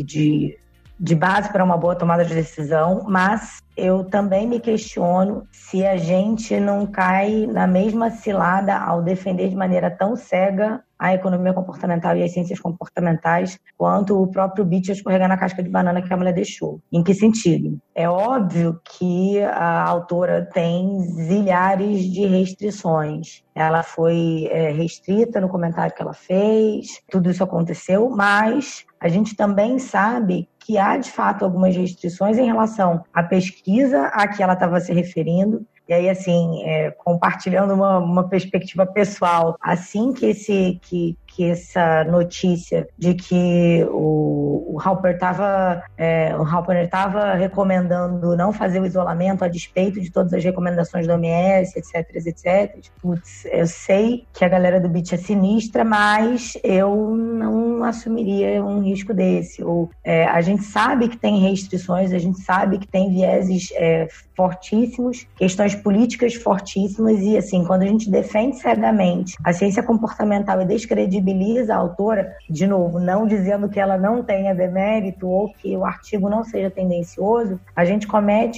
de base para uma boa tomada de decisão, mas eu também me questiono se a gente não cai na mesma cilada ao defender de maneira tão cega a economia comportamental e as ciências comportamentais quanto o próprio Beach a escorregar na casca de banana que a mulher deixou. Em que sentido? É óbvio que a autora tem zilhares de restrições. Ela foi restrita no comentário que ela fez, tudo isso aconteceu, mas a gente também sabe que há, de fato, algumas restrições em relação à pesquisa a que ela estava se referindo. E aí, assim, compartilhando uma perspectiva pessoal, assim que essa notícia de que o Halper estava recomendando não fazer o isolamento a despeito de todas as recomendações da OMS, etc. Putz, eu sei que a galera do Beach é sinistra, mas eu não assumiria um risco desse. A gente sabe que tem restrições, a gente sabe que tem vieses fortíssimos, questões políticas fortíssimas, e assim, quando a gente defende cegamente a ciência comportamental e descredibiliza a autora, de novo, não dizendo que ela não tenha demérito ou que o artigo não seja tendencioso, a gente comete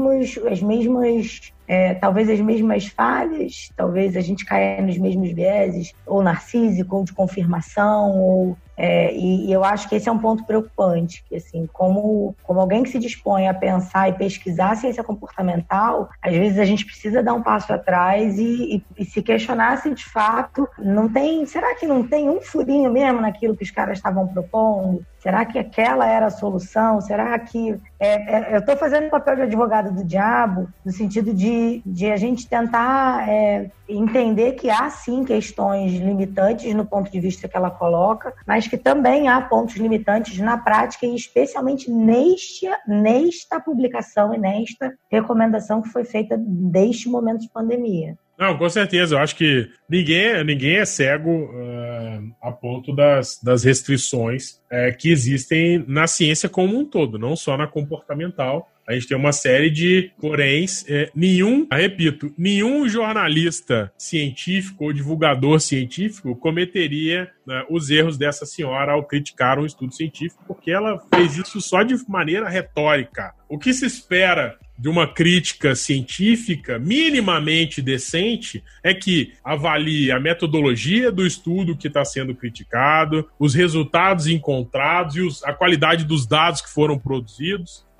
talvez as mesmas falhas, talvez a gente caia nos mesmos vieses, ou narcísico, ou de confirmação, e eu acho que esse é um ponto preocupante, que assim, como alguém que se dispõe a pensar e pesquisar a ciência comportamental, às vezes a gente precisa dar um passo atrás e se questionar se de fato será que não tem um furinho mesmo naquilo que os caras estavam propondo? Será que aquela era a solução? Será que... eu estou fazendo o papel de advogado do diabo, no sentido de a gente tentar entender que há, sim, questões limitantes no ponto de vista que ela coloca, mas que também há pontos limitantes na prática, e especialmente nesta publicação e nesta recomendação que foi feita deste momento de pandemia. Não, com certeza. Eu acho que ninguém é cego a ponto das restrições que existem na ciência como um todo, não só na comportamental. A gente tem uma série de poréns. Nenhum jornalista científico ou divulgador científico cometeria os erros dessa senhora ao criticar um estudo científico, porque ela fez isso só de maneira retórica. O que se espera de uma crítica científica minimamente decente é que avalie a metodologia do estudo que está sendo criticado, os resultados encontrados e a qualidade dos dados que foram produzidos.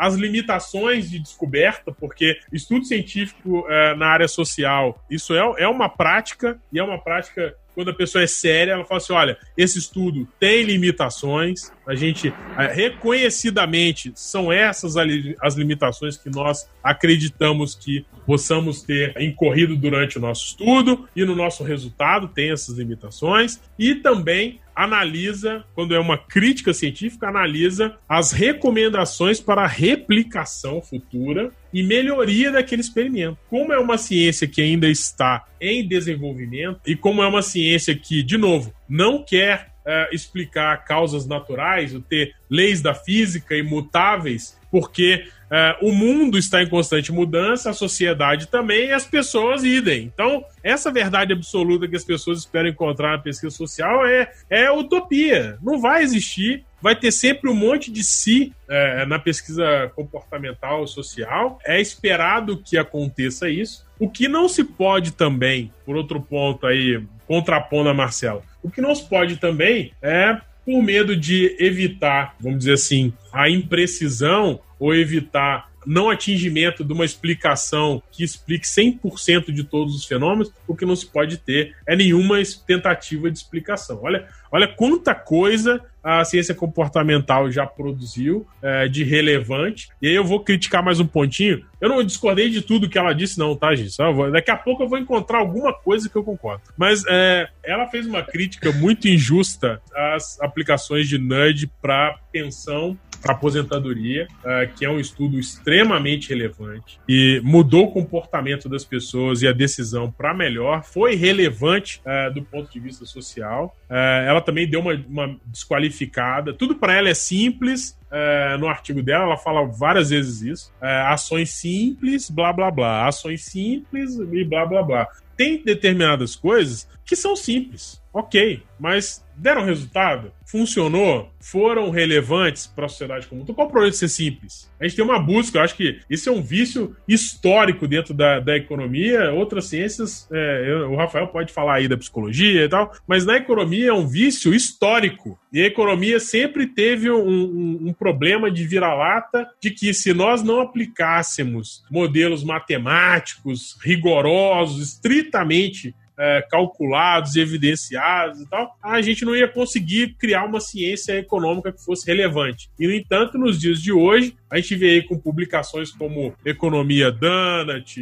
as limitações de descoberta, porque estudo científico na área social, isso é uma prática, e é uma prática, quando a pessoa é séria, ela fala assim, olha, esse estudo tem limitações, a gente, reconhecidamente, são essas as limitações que nós acreditamos que possamos ter incorrido durante o nosso estudo, e no nosso resultado tem essas limitações, e também analisa, quando é uma crítica científica, analisa as recomendações para replicação futura e melhoria daquele experimento. Como é uma ciência que ainda está em desenvolvimento e como é uma ciência que, de novo, não quer explicar causas naturais, ou ter leis da física imutáveis, porque o mundo está em constante mudança, a sociedade também, e as pessoas idem. Então, essa verdade absoluta que as pessoas esperam encontrar na pesquisa social é utopia. Não vai existir. Vai ter sempre um monte de si na pesquisa comportamental social. É esperado que aconteça isso. O que não se pode também, por outro ponto aí, contrapondo a Marcela, o que não se pode também é, por medo de evitar, vamos dizer assim, a imprecisão ou evitar não atingimento de uma explicação que explique 100% de todos os fenômenos, o que não se pode ter é nenhuma tentativa de explicação. Olha quanta coisa a ciência comportamental já produziu de relevante. E aí eu vou criticar mais um pontinho. Eu não discordei de tudo que ela disse não, tá, gente? Daqui a pouco eu vou encontrar alguma coisa que eu concordo. Mas ela fez uma crítica muito injusta às aplicações de nudge para pensão, para aposentadoria, que é um estudo extremamente relevante e mudou o comportamento das pessoas e a decisão para melhor, foi relevante do ponto de vista social. Ela também deu uma desqualificada. Tudo para ela é simples. No artigo dela, ela fala várias vezes isso. Ações simples, blá, blá, blá. Ações simples e blá, blá, blá. Tem determinadas coisas que são simples, ok, mas deram resultado? Funcionou? Foram relevantes para a sociedade como um todo? Qual o problema de ser simples? A gente tem uma busca, eu acho que isso é um vício histórico dentro da economia. Outras ciências, o Rafael pode falar aí da psicologia e tal, mas na economia é um vício histórico. E a economia sempre teve um problema de vira-lata de que se nós não aplicássemos modelos matemáticos rigorosos, estritamente calculados e evidenciados e tal, a gente não ia conseguir criar uma ciência econômica que fosse relevante. E, no entanto, nos dias de hoje, a gente vê aí com publicações como Economia Donut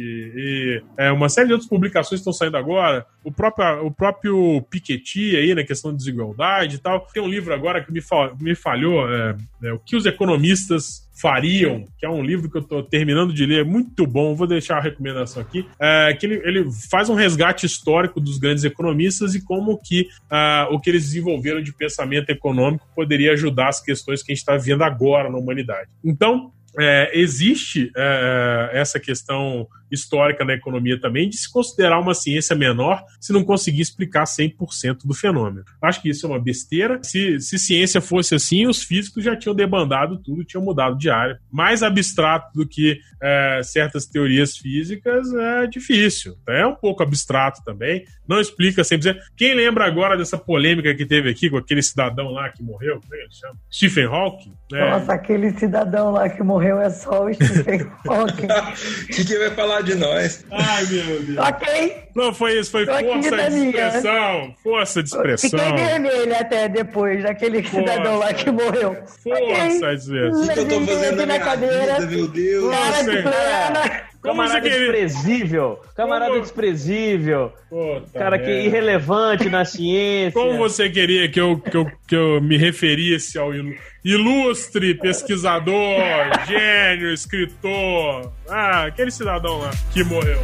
e uma série de outras publicações que estão saindo agora, o próprio Piketty aí na questão de desigualdade e tal. Tem um livro agora que me falhou, o que os economistas fariam, que é um livro que eu estou terminando de ler, muito bom, vou deixar a recomendação aqui, que ele faz um resgate histórico dos grandes economistas e como que o que eles desenvolveram de pensamento econômico poderia ajudar as questões que a gente está vendo agora na humanidade. Então, existe essa questão histórica na economia também de se considerar uma ciência menor se não conseguir explicar 100% do fenômeno. Acho que isso é uma besteira. Se ciência fosse assim, os físicos já tinham debandado tudo, tinham mudado de área. Mais abstrato do que certas teorias físicas é difícil. É um pouco abstrato também. Não explica 100%. Quem lembra agora dessa polêmica que teve aqui com aquele cidadão lá que morreu? Como é que ele chama? Stephen Hawking? Nossa, aquele cidadão lá que morreu é só o Stephen Hawking. O que vai falar de nós? Ai, meu Deus. Ok. Não, foi isso, foi força de expressão. Força de expressão. Fiquei vermelho até depois daquele cidadão lá que morreu. Força de expressão. O que eu tô fazendo na minha vida, meu Deus? Cara de plena. Camarada desprezível. Camarada desprezível. Puta cara que é irrelevante na ciência. Como você queria que eu me referisse ao ilustre pesquisador, gênio, escritor, aquele cidadão lá que morreu.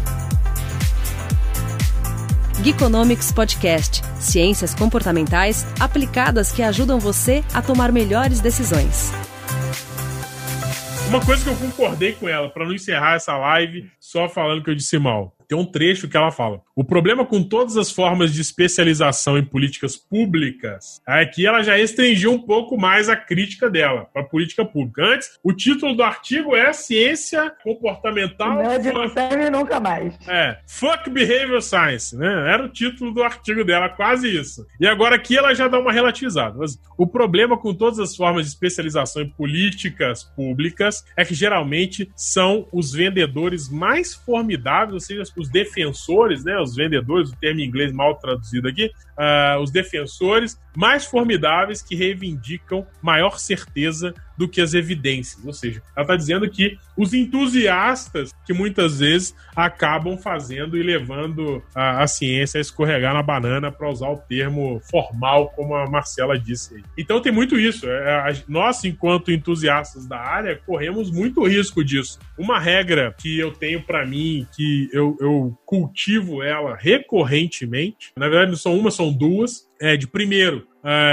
Geekonomics Podcast. Ciências comportamentais aplicadas que ajudam você a tomar melhores decisões. Uma coisa que eu concordei com ela, para não encerrar essa live só falando que eu disse mal. tem um trecho que ela fala: o problema com todas as formas de especialização em políticas públicas é que ela já restringiu um pouco mais a crítica dela para a política pública. Antes, o título do artigo é Ciência Comportamental... Não serve nunca mais. Fuck Behavioral Science, né? Era o título do artigo dela, quase isso. E agora aqui ela já dá uma relativizada. Mas o problema com todas as formas de especialização em políticas públicas é que geralmente são os vendedores mais formidáveis, ou seja, os defensores, né? Os vendedores, o termo em inglês mal traduzido aqui, os defensores mais formidáveis que reivindicam maior certeza do que as evidências. Ou seja, ela está dizendo que os entusiastas que muitas vezes acabam fazendo e levando a ciência a escorregar na banana, para usar o termo formal, como a Marcela disse aí. Então tem muito isso. Nós, enquanto entusiastas da área, corremos muito risco disso. Uma regra que eu tenho para mim, que eu cultivo ela recorrentemente, na verdade não são uma, são duas, de primeiro,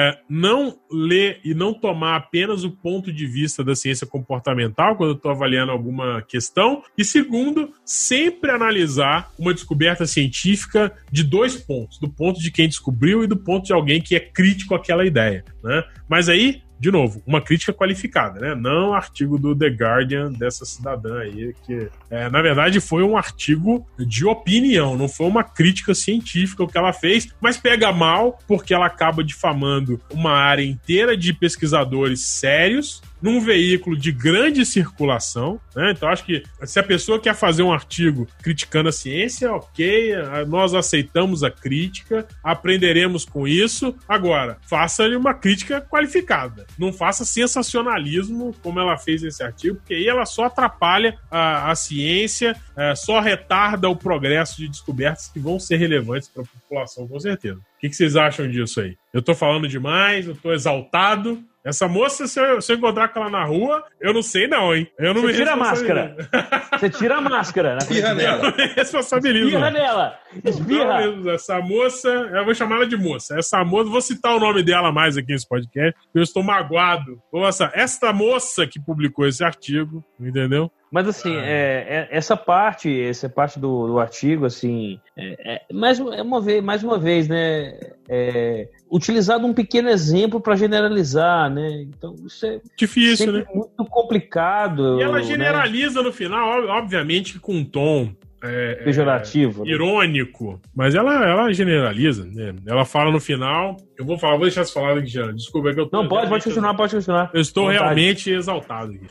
não ler e não tomar apenas o ponto de vista da ciência comportamental quando eu estou avaliando alguma questão, e segundo, sempre analisar uma descoberta científica de dois pontos, do ponto de quem descobriu e do ponto de alguém que é crítico àquela ideia, né? Mas aí, de novo, uma crítica qualificada, né? Não artigo do The Guardian dessa cidadã aí, que na verdade foi um artigo de opinião, não foi uma crítica científica o que ela fez, mas pega mal porque ela acaba difamando uma área inteira de pesquisadores sérios num veículo de grande circulação, né? Então acho que se a pessoa quer fazer um artigo criticando a ciência, ok, nós aceitamos a crítica, aprenderemos com isso. Agora, faça-lhe uma crítica qualificada. Não faça sensacionalismo como ela fez nesse artigo, porque aí ela só atrapalha a ciência, só retarda o progresso de descobertas que vão ser relevantes para a população, com certeza. O que vocês acham disso aí? Eu tô falando demais, eu tô exaltado. Essa moça, se eu encontrar com ela na rua, eu não sei não, hein? Eu não Você tira a máscara. Você tira a máscara. Espirra nela. Eu me responsabilizo. Espirra nela. Espirra. Não, essa moça, eu vou chamar ela de moça. Essa moça, vou citar o nome dela mais aqui nesse podcast, porque eu estou magoado. Nossa, esta moça que publicou esse artigo, entendeu? Mas assim, essa parte do artigo, assim, mais uma vez, né, utilizado um pequeno exemplo para generalizar, né? Então isso é difícil, né? Muito complicado. E ela generaliza, né? No final, obviamente, com um tom pejorativo, né? Irônico, mas ela generaliza, né? Ela fala no final, vou deixar você falar aqui já, desculpa que eu tô... Não, pode continuar. Eu estou realmente exaltado aqui.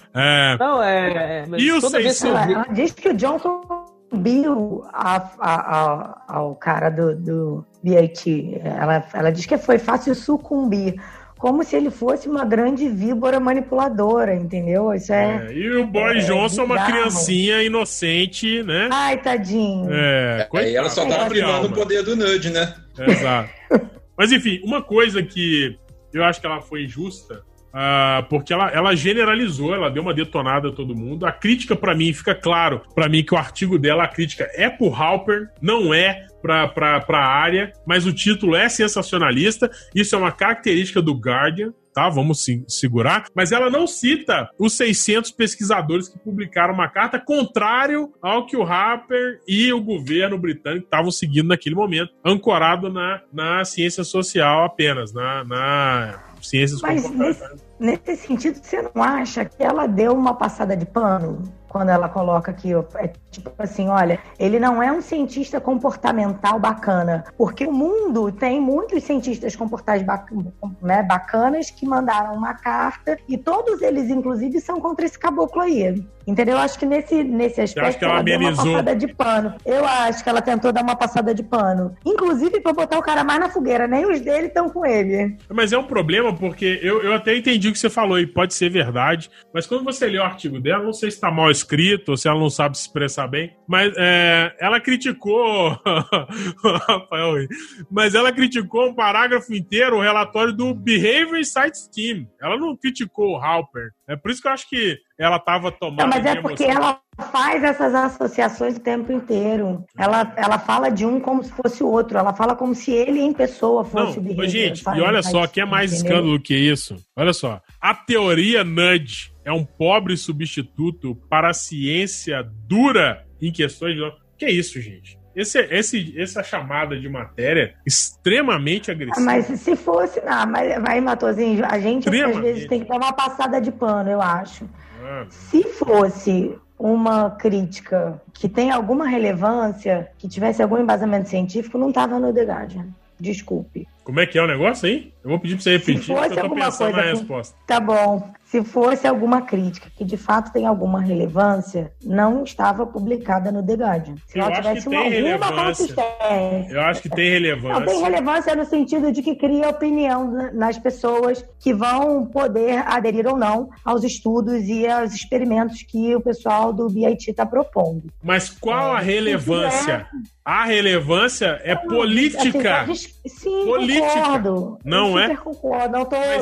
E o ela diz que o Johnson subiu ao cara do BIT. Ela diz que foi fácil sucumbir, como se ele fosse uma grande víbora manipuladora, entendeu? Isso e o Boris Johnson é uma criancinha inocente, né? Ai, tadinho. Aí ela só tava primando o poder do nudge, né? Exato. Mas enfim, uma coisa que eu acho que ela foi injusta, porque ela generalizou, ela deu uma detonada a todo mundo. A crítica, pra mim, fica claro pra mim que o artigo dela, a crítica é pro Halpern, não é pra área, mas o título é sensacionalista. Isso é uma característica do Guardian, tá? Vamos segurar. Mas ela não cita os 600 pesquisadores que publicaram uma carta, contrário ao que o Halpern e o governo britânico estavam seguindo naquele momento, ancorado na ciência social apenas, na ciências comportamentais. Nesse sentido, você não acha que ela deu uma passada de pano quando ela coloca aqui, tipo assim, olha, ele não é um cientista comportamental bacana, porque o mundo tem muitos cientistas comportais bacanas que mandaram uma carta e todos eles, inclusive, são contra esse caboclo aí. Entendeu? Eu acho que nesse aspecto ela deu uma passada de pano. Eu acho que ela tentou dar uma passada de pano. Inclusive pra botar o cara mais na fogueira. Nem os dele estão com ele. Mas é um problema porque eu até entendi o que você falou e pode ser verdade, mas quando você lê o artigo dela, não sei se tá mal escrito ou se ela não sabe se expressar bem, mas ela criticou Rafael, mas ela criticou um parágrafo inteiro o relatório do Behavior Insights Team. Ela não criticou o Halpern. É por isso que eu acho que ela estava tomando... Não, mas é porque ela faz essas associações o tempo inteiro. Ela fala de um como se fosse o outro. Ela fala como se ele em pessoa fosse o Behavior. Gente, e olha só, que é mais escândalo que isso. Olha só. A teoria nudge é um pobre substituto para a ciência dura em questões de... Que isso, gente? Essa chamada de matéria extremamente agressiva. Mas se fosse... mas vai, Matosinho, a gente às vezes tem que dar uma passada de pano, eu acho. Se fosse uma crítica que tem alguma relevância, que tivesse algum embasamento científico, não estava no The Guardian. Desculpe. Como é que é o negócio aí? Eu vou pedir pra você repetir, porque eu tô pensando na resposta. Tá bom. Se fosse alguma crítica que de fato tem alguma relevância, não estava publicada no The Guardian. Se ela tivesse alguma consistência. Eu acho que tem relevância. Não, tem relevância no sentido de que cria opinião nas pessoas que vão poder aderir ou não aos estudos e aos experimentos que o pessoal do BIT está propondo. Mas qual a relevância? A relevância é política. Assim, sim, política. Concordo. Não é? Concordo.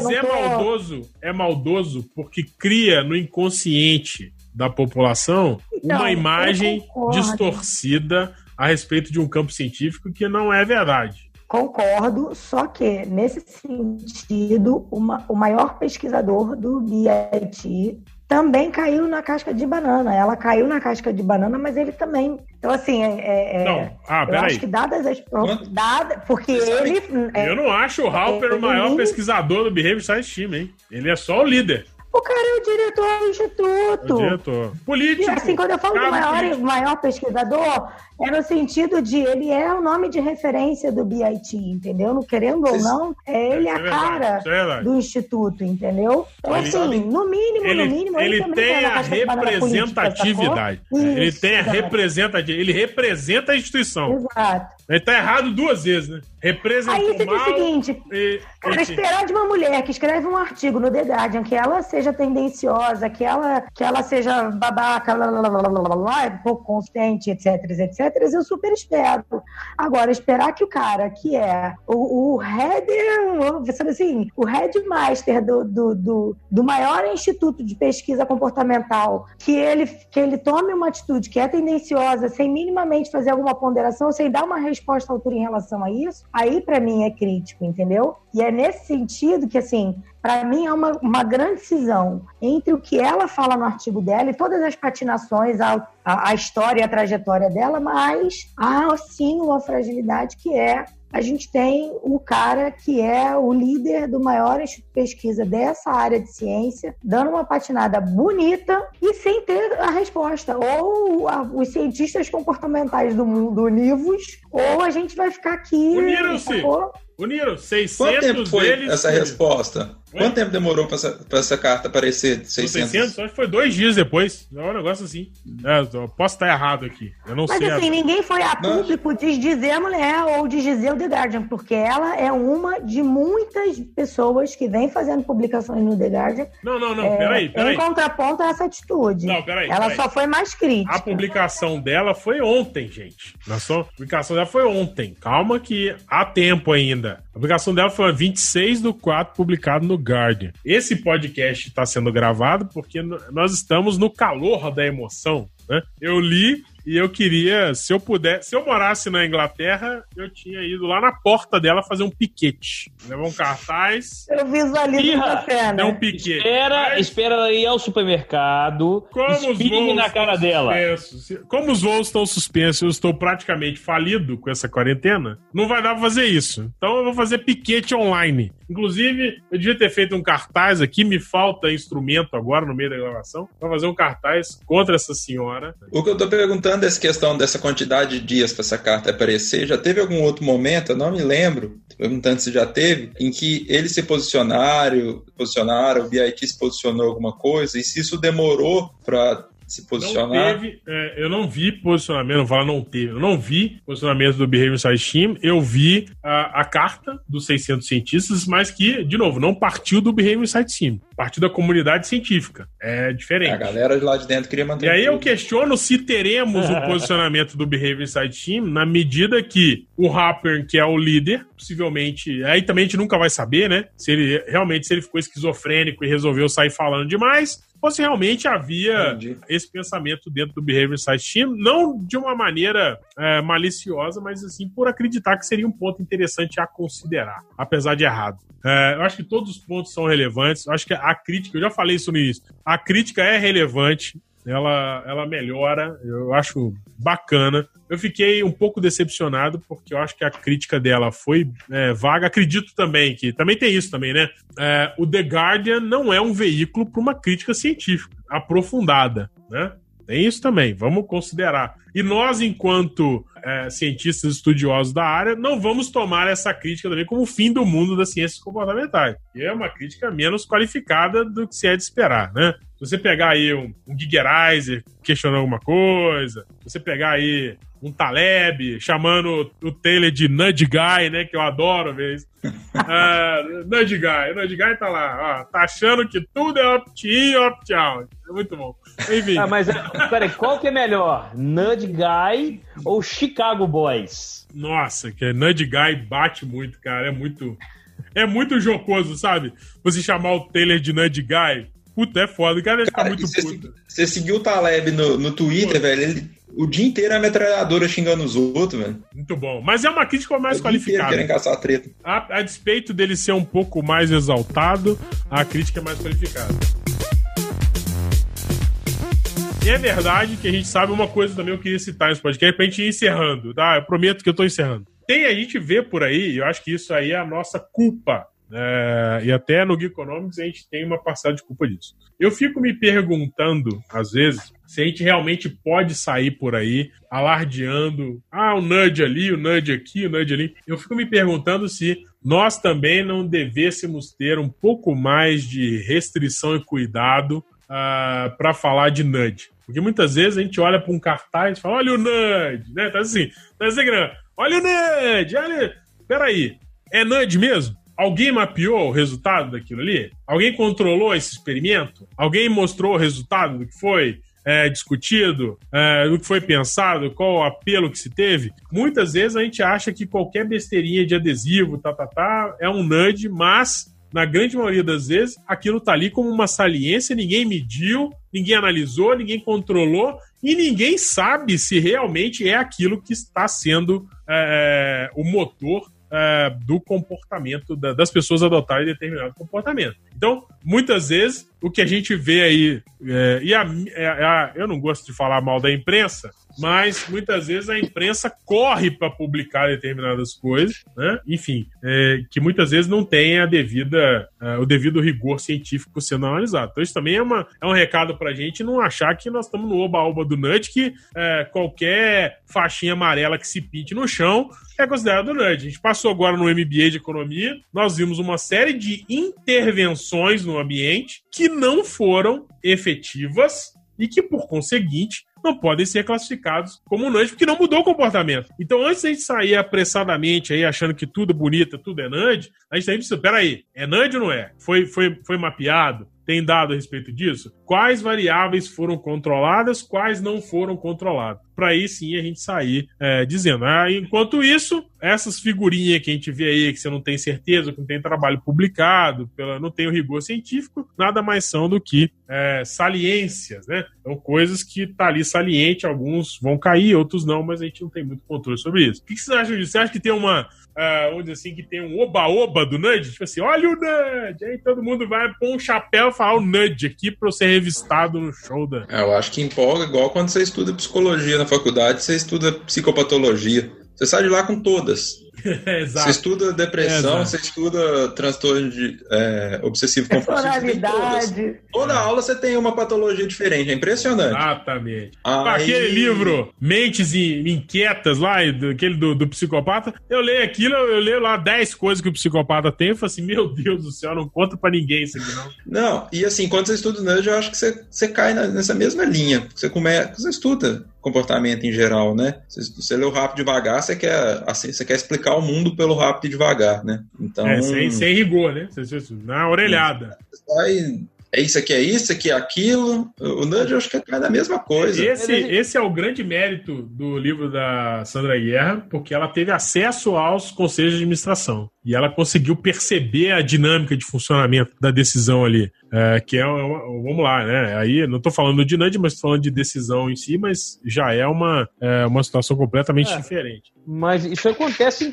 É maldoso porque cria no inconsciente da população uma imagem distorcida a respeito de um campo científico que não é verdade. Concordo, só que, nesse sentido, o maior pesquisador do BIT também caiu na casca de banana. Ela caiu na casca de banana, mas ele também. Então, assim, eu acho que dadas as porque ele... Eu não acho o Halper o maior pesquisador do Behavior Science Team, hein? Ele é só o líder. O cara é o diretor do instituto. O diretor. Político. E assim, quando eu falo do maior pesquisador, é no sentido de ele é o nome de referência do BIT, entendeu? Querendo ou não, ele é a cara do instituto, entendeu? Então, assim, no mínimo, ele tem a representatividade. Ele tem a representatividade. Ele representa a instituição. Exato. Ele tá errado duas vezes, né? Representa aí você diz o seguinte, esperar de uma mulher que escreve um artigo no The Guardian que ela seja tendenciosa, que ela seja babaca, pouco consistente, etc, eu super espero. Agora, esperar que o cara que é o headmaster do maior instituto de pesquisa comportamental, que ele tome uma atitude que é tendenciosa, sem minimamente fazer alguma ponderação, sem dar uma resposta à altura em relação a isso, aí pra mim é crítico, entendeu? E é nesse sentido que, assim, para mim é uma grande cisão entre o que ela fala no artigo dela e todas as patinações, a história e a trajetória dela, mas há sim uma fragilidade que é a gente tem o cara que é o líder do maior instituto de pesquisa dessa área de ciência, dando uma patinada bonita e sem ter a resposta. Ou os cientistas comportamentais do mundo univos, ou a gente vai ficar aqui... Uniram 600 Quanto tempo foi deles... essa resposta? Quanto tempo demorou pra essa carta aparecer? 600? Acho que foi 2 dias depois. É um negócio assim. Eu posso estar errado aqui. Eu não sei. Mas assim, ninguém foi a público desdizer a mulher ou desdizer o The Guardian, porque ela é uma de muitas pessoas que vem fazendo publicações no The Guardian. Não, peraí. Em contraponto a essa atitude. Não, peraí. Ela só foi mais crítica. A publicação dela foi ontem, gente. A publicação dela foi ontem. Calma que há tempo ainda. A publicação dela foi 26/4, publicado no Guardian. Esse podcast está sendo gravado porque nós estamos no calor da emoção, né? Eu li e eu queria, se eu morasse na Inglaterra, eu tinha ido lá na porta dela fazer um piquete. Levar um cartaz. Eu visualizo a cena. É um piquete. Espera ela ir ao supermercado. Espirre na cara dela. Como os voos estão suspensos, eu estou praticamente falido com essa quarentena, não vai dar pra fazer isso. Então eu vou fazer piquete online. Inclusive, eu devia ter feito um cartaz aqui, me falta instrumento agora no meio da gravação, pra fazer um cartaz contra essa senhora. O que eu tô perguntando é essa questão dessa quantidade de dias para essa carta aparecer. Já teve algum outro momento, eu não me lembro, tô perguntando se já teve, em que eles se posicionaram, o BIT se posicionou alguma coisa, e se isso demorou para se posicionar? Eu não vi posicionamento, eu não vi posicionamento do Behavior Science Team, eu vi a carta dos 600 cientistas, mas que, de novo, não partiu do Behavior Science Team, partiu da comunidade científica. É diferente. A galera de lá de dentro queria manter. E aí eu questiono se teremos o posicionamento do Behavior Science Team na medida que o Halpern, que é o líder, possivelmente, aí também a gente nunca vai saber, né, se ele ficou esquizofrênico e resolveu sair falando demais, ou se realmente havia esse pensamento dentro do Behavior Science Team, não de uma maneira maliciosa, mas assim, por acreditar que seria um ponto interessante a considerar, apesar de errado. Eu acho que todos os pontos são relevantes, eu acho que a crítica, eu já falei isso no início, a crítica é relevante, ela melhora, eu acho bacana. Eu fiquei um pouco decepcionado, porque eu acho que a crítica dela foi vaga. Acredito também que... Também tem isso também, né? O The Guardian não é um veículo para uma crítica científica aprofundada, né? Tem isso também, vamos considerar. E nós, enquanto cientistas estudiosos da área, não vamos tomar essa crítica também como o fim do mundo das ciências comportamentais. É uma crítica menos qualificada do que se é de esperar, né? Se você pegar aí um Gigereiser questionando alguma coisa, se você pegar aí um Taleb chamando o Taylor de Nudge Guy, né? Que eu adoro ver isso. Nudge Guy tá lá, ó, tá achando que tudo é opt-in e opt-out. É muito bom. Enfim. Mas peraí, qual que é melhor? Nudge Guy ou Chicago Boys? Nossa, que Nudge Guy bate muito, cara. É muito jocoso, sabe? Você chamar o Taylor de Nudge Guy. Puta, é foda. O cara ia ficar muito puto. Você seguiu o Taleb no Twitter, velho, ele o dia inteiro é a metralhadora xingando os outros, velho. Muito bom. Mas é uma crítica mais qualificada. Querem caçar treta. A despeito dele ser um pouco mais exaltado, a crítica é mais qualificada. E é verdade que a gente sabe uma coisa também, eu queria citar nesse podcast pra gente ir encerrando, tá? Eu prometo que eu tô encerrando. A gente vê por aí, eu acho que isso aí é a nossa culpa. E até no Geekonomics a gente tem uma parcela de culpa disso. Eu fico me perguntando, às vezes, se a gente realmente pode sair por aí alardeando, o nudge ali, o nudge aqui, o nudge ali. Eu fico me perguntando se nós também não devêssemos ter um pouco mais de restrição e cuidado para falar de nudge. Porque muitas vezes a gente olha para um cartaz e fala, olha o nudge, né? Tá assim, olha o nudge, olha... Peraí, é nudge mesmo? Alguém mapeou o resultado daquilo ali? Alguém controlou esse experimento? Alguém mostrou o resultado do que foi discutido, do que foi pensado, qual o apelo que se teve? Muitas vezes a gente acha que qualquer besteirinha de adesivo, é um nudge, mas na grande maioria das vezes aquilo tá ali como uma saliência, ninguém mediu, ninguém analisou, ninguém controlou e ninguém sabe se realmente é aquilo que está sendo o motor do comportamento das pessoas adotarem determinado comportamento. Então, muitas vezes, o que a gente vê aí, eu não gosto de falar mal da imprensa, mas muitas vezes a imprensa corre para publicar determinadas coisas, né? Enfim, que muitas vezes não tem o devido rigor científico sendo analisado. Então isso também é um recado para a gente não achar que nós estamos no oba-oba do nudge, que qualquer faixinha amarela que se pinte no chão é considerado nudge. A gente passou agora no MBA de Economia, nós vimos uma série de intervenções no ambiente que não foram efetivas e que, por conseguinte, não podem ser classificados como nudge, porque não mudou o comportamento. Então, antes de a gente sair apressadamente aí, achando que tudo é bonito, tudo é nudge, a gente tem que dizer, peraí, é nudge ou não é? Foi mapeado? Tem dado a respeito disso? Quais variáveis foram controladas, quais não foram controladas? Para aí sim a gente sair dizendo. Enquanto isso, essas figurinhas que a gente vê aí, que você não tem certeza, que não tem trabalho publicado, não tem o rigor científico, nada mais são do que saliências, né? São coisas que tá ali saliente, alguns vão cair, outros não, mas a gente não tem muito controle sobre isso. O que você acha disso? Você acha que tem vamos dizer assim, que tem um oba-oba do nudge? Tipo assim, olha o nudge! Aí todo mundo vai pôr um chapéu e falar o nudge aqui pra eu ser revistado no show da... Eu acho que empolga igual quando você estuda psicologia na faculdade, você estuda psicopatologia. Você sai de lá com todas. Exato. Você estuda depressão, você estuda transtorno de obsessivo compulsivo. Toda aula você tem uma patologia diferente, é impressionante. Exatamente. Aquele livro Mentes Inquietas lá, aquele do psicopata, eu leio aquilo, eu leio lá 10 coisas que o psicopata tem, eu falo assim, meu Deus do céu, não conta pra ninguém isso aqui não. Não, e assim, quando você estuda nudge, eu acho que você cai nessa mesma linha. Você estuda comportamento em geral, né? Você lê o rápido devagar, você quer explicar o mundo pelo rápido e devagar, né? Então, sem rigor, né? Na orelhada. Isso aqui é isso, aqui é aquilo. O nudge eu acho que é da mesma coisa. Esse é o grande mérito do livro da Sandra Guerra, porque ela teve acesso aos conselhos de administração. E ela conseguiu perceber a dinâmica de funcionamento da decisão ali. Vamos lá, né? Aí, não estou falando de nudge, mas estou falando de decisão em si, mas já é uma situação completamente diferente. Mas isso acontece em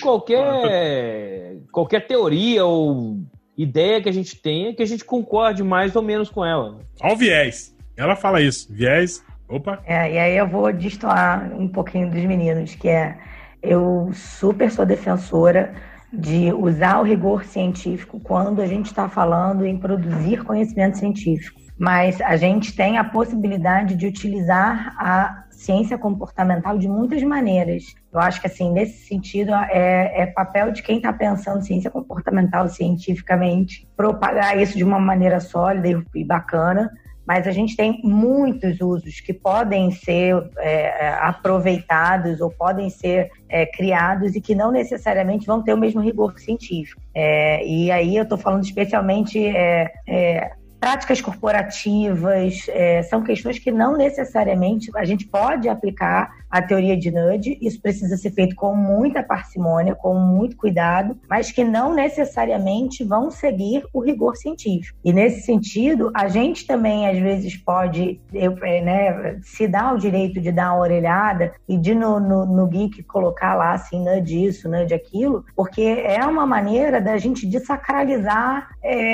qualquer teoria ou ideia que a gente tenha, que a gente concorde mais ou menos com ela. Ao viés. Ela fala isso, viés... Opa! E aí eu vou destoar um pouquinho dos meninos, que eu super sou defensora de usar o rigor científico quando a gente está falando em produzir conhecimento científico. Mas a gente tem a possibilidade de utilizar a ciência comportamental de muitas maneiras. Eu acho que, assim, nesse sentido, é papel de quem está pensando ciência comportamental cientificamente propagar isso de uma maneira sólida e bacana. Mas a gente tem muitos usos que podem ser aproveitados ou podem ser criados e que não necessariamente vão ter o mesmo rigor científico. E aí eu estou falando especialmente práticas corporativas, são questões que não necessariamente a gente pode aplicar a teoria de Nudge. Isso precisa ser feito com muita parcimônia, com muito cuidado, mas que não necessariamente vão seguir o rigor científico. E nesse sentido, a gente também às vezes pode se dar o direito de dar uma orelhada e de no Geek colocar lá assim, Nudge isso, Nudge aquilo, porque é uma maneira da gente desacralizar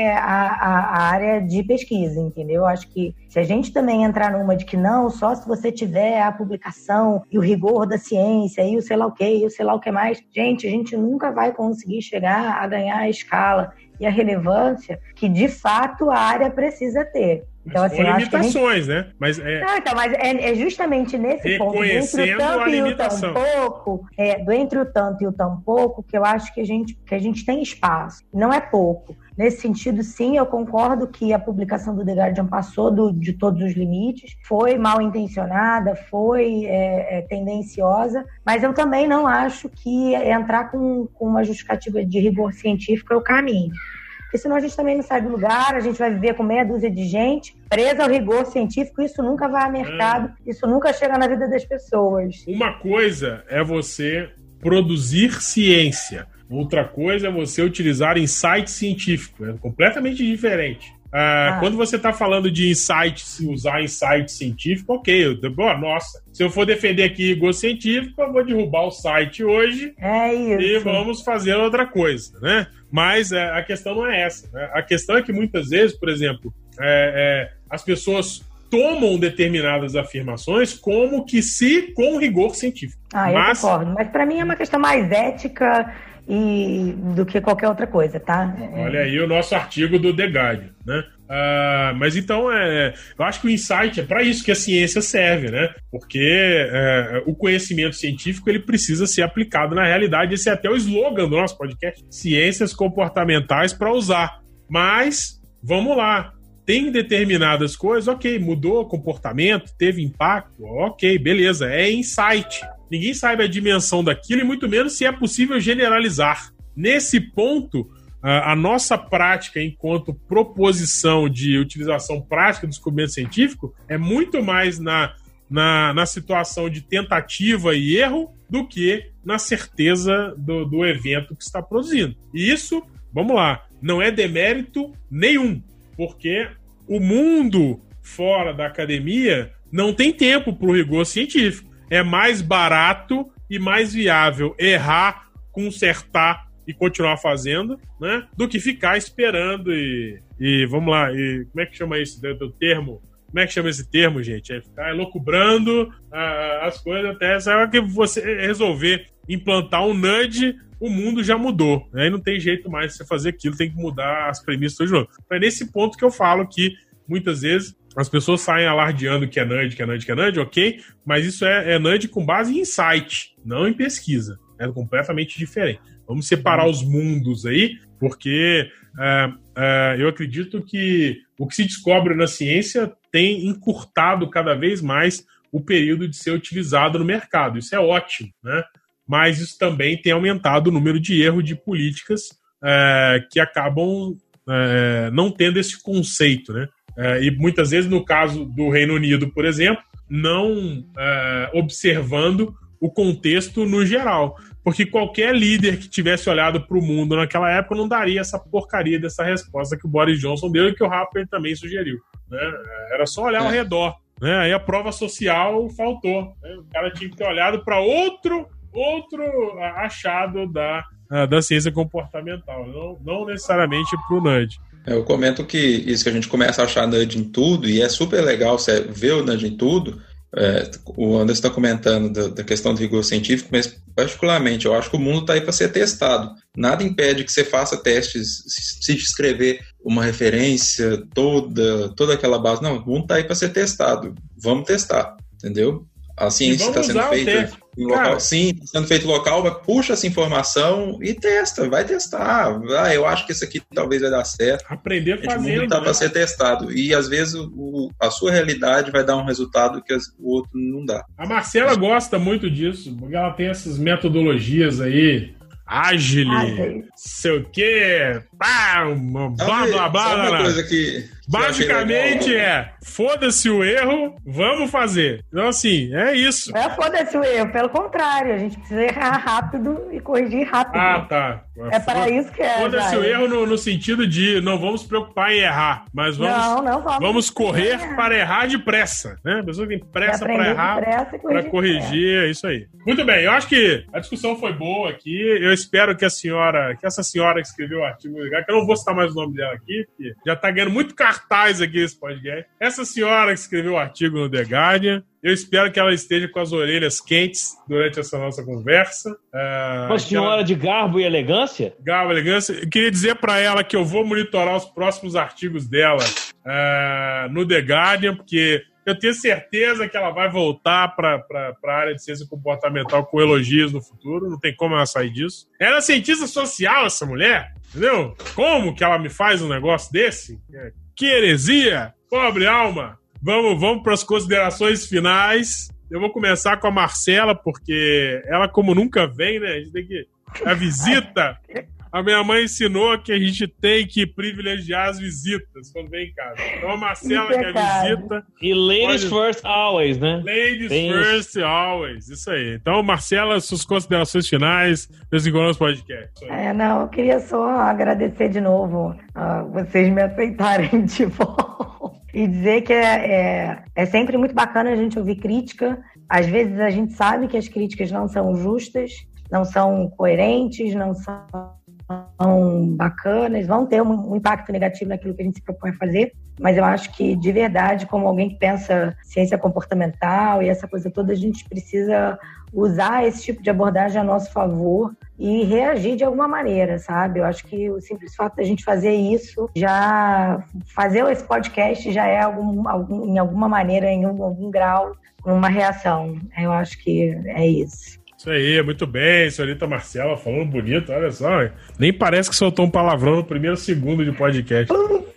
a área de pesquisa, entendeu? Eu acho que se a gente também entrar numa de que não, só se você tiver a publicação e o rigor da ciência e o sei lá o que, e o sei lá o que mais, a gente nunca vai conseguir chegar a ganhar a escala e a relevância que de fato a área precisa ter. Então, assim, com limitações, né? Mas mas é justamente nesse ponto, entre o tanto e o tão pouco, do entre o tanto e o tão pouco, que eu acho que a gente tem espaço. Não é pouco. Nesse sentido, sim, eu concordo que a publicação do The Guardian passou de todos os limites, foi mal intencionada, foi tendenciosa, mas eu também não acho que entrar com uma justificativa de rigor científico é o caminho. Porque senão a gente também não sai do lugar, a gente vai viver com meia dúzia de gente presa ao rigor científico, isso nunca vai ao mercado, isso nunca chega na vida das pessoas. Uma coisa é você produzir ciência, outra coisa é você utilizar insight científico, é completamente diferente. Quando você está falando de insight, usar insight científico, ok, nossa, se eu for defender aqui rigor científico, eu vou derrubar o site hoje e vamos fazer outra coisa, né? Mas a questão não é essa, né? A questão é que muitas vezes, por exemplo, as pessoas tomam determinadas afirmações como que com rigor científico. Eu concordo, mas para mim é uma questão mais ética do que qualquer outra coisa, tá? Olha aí o nosso artigo do The Guardian, né? Mas então, eu acho que o insight é para isso que a ciência serve, né? Porque o conhecimento científico ele precisa ser aplicado na realidade. Esse é até o slogan do nosso podcast: ciências comportamentais para usar. Mas, vamos lá, tem determinadas coisas, ok, mudou o comportamento, teve impacto, ok, beleza, é insight. Ninguém sabe a dimensão daquilo e muito menos se é possível generalizar. Nesse ponto, a nossa prática enquanto proposição de utilização prática do descobrimento científico é muito mais na situação de tentativa e erro do que na certeza do evento que está produzindo. E isso, vamos lá, não é demérito nenhum, porque o mundo fora da academia não tem tempo para o rigor científico. É mais barato e mais viável errar, consertar e continuar fazendo, né, do que ficar esperando e vamos lá, e como é que chama isso do termo? Como é que chama esse termo, gente? É ficar elucubrando as coisas até sabe que você resolver implantar um nudge, o mundo já mudou. Aí não tem jeito mais de você fazer aquilo, tem que mudar as premissas de novo. É nesse ponto que eu falo que muitas vezes as pessoas saem alardeando que é nudge, ok, mas isso é nudge com base em insight, não em pesquisa. É completamente diferente. Vamos separar os mundos aí, porque eu acredito que o que se descobre na ciência tem encurtado cada vez mais o período de ser utilizado no mercado. Isso é ótimo, né? Mas isso também tem aumentado o número de erros de políticas que acabam não tendo esse conceito, né? E muitas vezes, no caso do Reino Unido, por exemplo, não observando o contexto no geral. Porque qualquer líder que tivesse olhado para o mundo naquela época não daria essa porcaria dessa resposta que o Boris Johnson deu e que o Harper também sugeriu, né? Era só olhar ao redor, né? Aí a prova social faltou, né? O cara tinha que ter olhado para outro achado da ciência comportamental, não necessariamente para o nudge. Eu comento que isso que a gente começa a achar nudge em tudo, e é super legal você ver o nudge em tudo. O Anderson está comentando da questão do rigor científico, mas particularmente eu acho que o mundo está aí para ser testado. Nada impede que você faça testes, se descrever uma referência, toda aquela base. Não, o mundo está aí para ser testado. Vamos testar, entendeu? A ciência está sendo feita em local, sim, está sendo feito local, puxa essa informação e testa, vai testar. Eu acho que isso aqui talvez vai dar certo. Aprender fazendo. O mundo está para ser testado. E às vezes a sua realidade vai dar um resultado que o outro não dá. A Marcela gosta muito disso, porque ela tem essas metodologias aí. Agile, sei o quê, blá, blá. Coisa que basicamente foda-se o erro, vamos fazer. Então, assim, é isso. Não é foda-se o erro, pelo contrário, a gente precisa errar rápido e corrigir rápido. Ah, tá. É para isso que é. Foda-se o erro no sentido de não vamos se preocupar em errar, mas vamos correr para errar depressa, né? A pessoa tem pressa para errar, para corrigir, é isso aí. Muito bem, eu acho que a discussão foi boa aqui. Eu espero que essa senhora que escreveu o artigo, que eu não vou citar mais o nome dela aqui, porque já tá ganhando muito cartaz aqui esse podcast. Essa senhora que escreveu o artigo no The Guardian, eu espero que ela esteja com as orelhas quentes durante essa nossa conversa. Uma senhora de garbo e elegância? Garbo e elegância. Eu queria dizer para ela que eu vou monitorar os próximos artigos dela no The Guardian, porque eu tenho certeza que ela vai voltar para a área de ciência comportamental com elogios no futuro. Não tem como ela sair disso. Ela é cientista social, essa mulher. Entendeu? Como que ela me faz um negócio desse? Que heresia! Pobre alma! Vamos para as considerações finais. Eu vou começar com a Marcela, porque ela, como nunca vem, né? A gente tem que... A visita... A minha mãe ensinou que a gente tem que privilegiar as visitas quando vem em casa. Então a Marcela que é visita... E ladies first always, né? Ladies first always. Isso aí. Então, Marcela, suas considerações finais desse Encontros Podcast. Eu queria só agradecer de novo vocês me aceitarem de volta. E dizer que é sempre muito bacana a gente ouvir crítica. Às vezes a gente sabe que as críticas não são justas, não são coerentes, não são bacanas, vão ter um impacto negativo naquilo que a gente se propõe a fazer, mas eu acho que, de verdade, como alguém que pensa ciência comportamental e essa coisa toda, a gente precisa usar esse tipo de abordagem a nosso favor e reagir de alguma maneira, sabe? Eu acho que o simples fato da gente fazer isso, já fazer esse podcast já é em alguma maneira, em algum grau, uma reação. Eu acho que é isso. Isso aí, muito bem, senhorita Marcela, falando bonito, olha só. Nem parece que soltou um palavrão no primeiro segundo de podcast.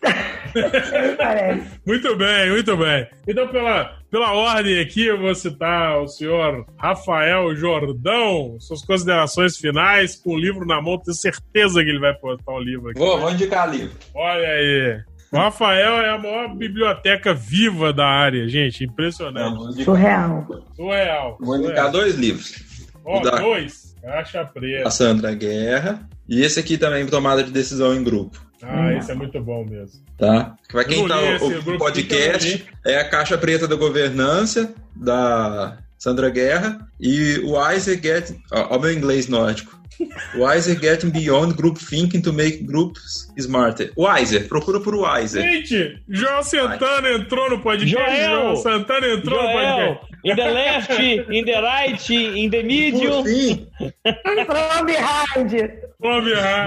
Nem parece. Muito bem, muito bem. Então, pela ordem aqui, eu vou citar o senhor Rafael Jordão, suas considerações finais, com o livro na mão, tenho certeza que ele vai postar um livro aqui. Vou indicar livro. Olha aí. O Rafael é a maior biblioteca viva da área, gente, impressionante. Surreal. Vou indicar 2 livros. Dois? Caixa Preta. A Sandra Guerra. E esse aqui também, Tomada de Decisão em Grupo. Esse é muito bom mesmo. Tá? Pra quem tá ouvindo o podcast, é a Caixa Preta da Governança, da Sandra Guerra, e o Wiser Getting... Ó, meu inglês nórdico. Wiser Getting Beyond Group Thinking to Make Groups Smarter. Wiser, procura por Wiser. Gente, João Santana entrou no podcast. João Santana entrou no podcast. In the left, in the right, in the medium. From behind. On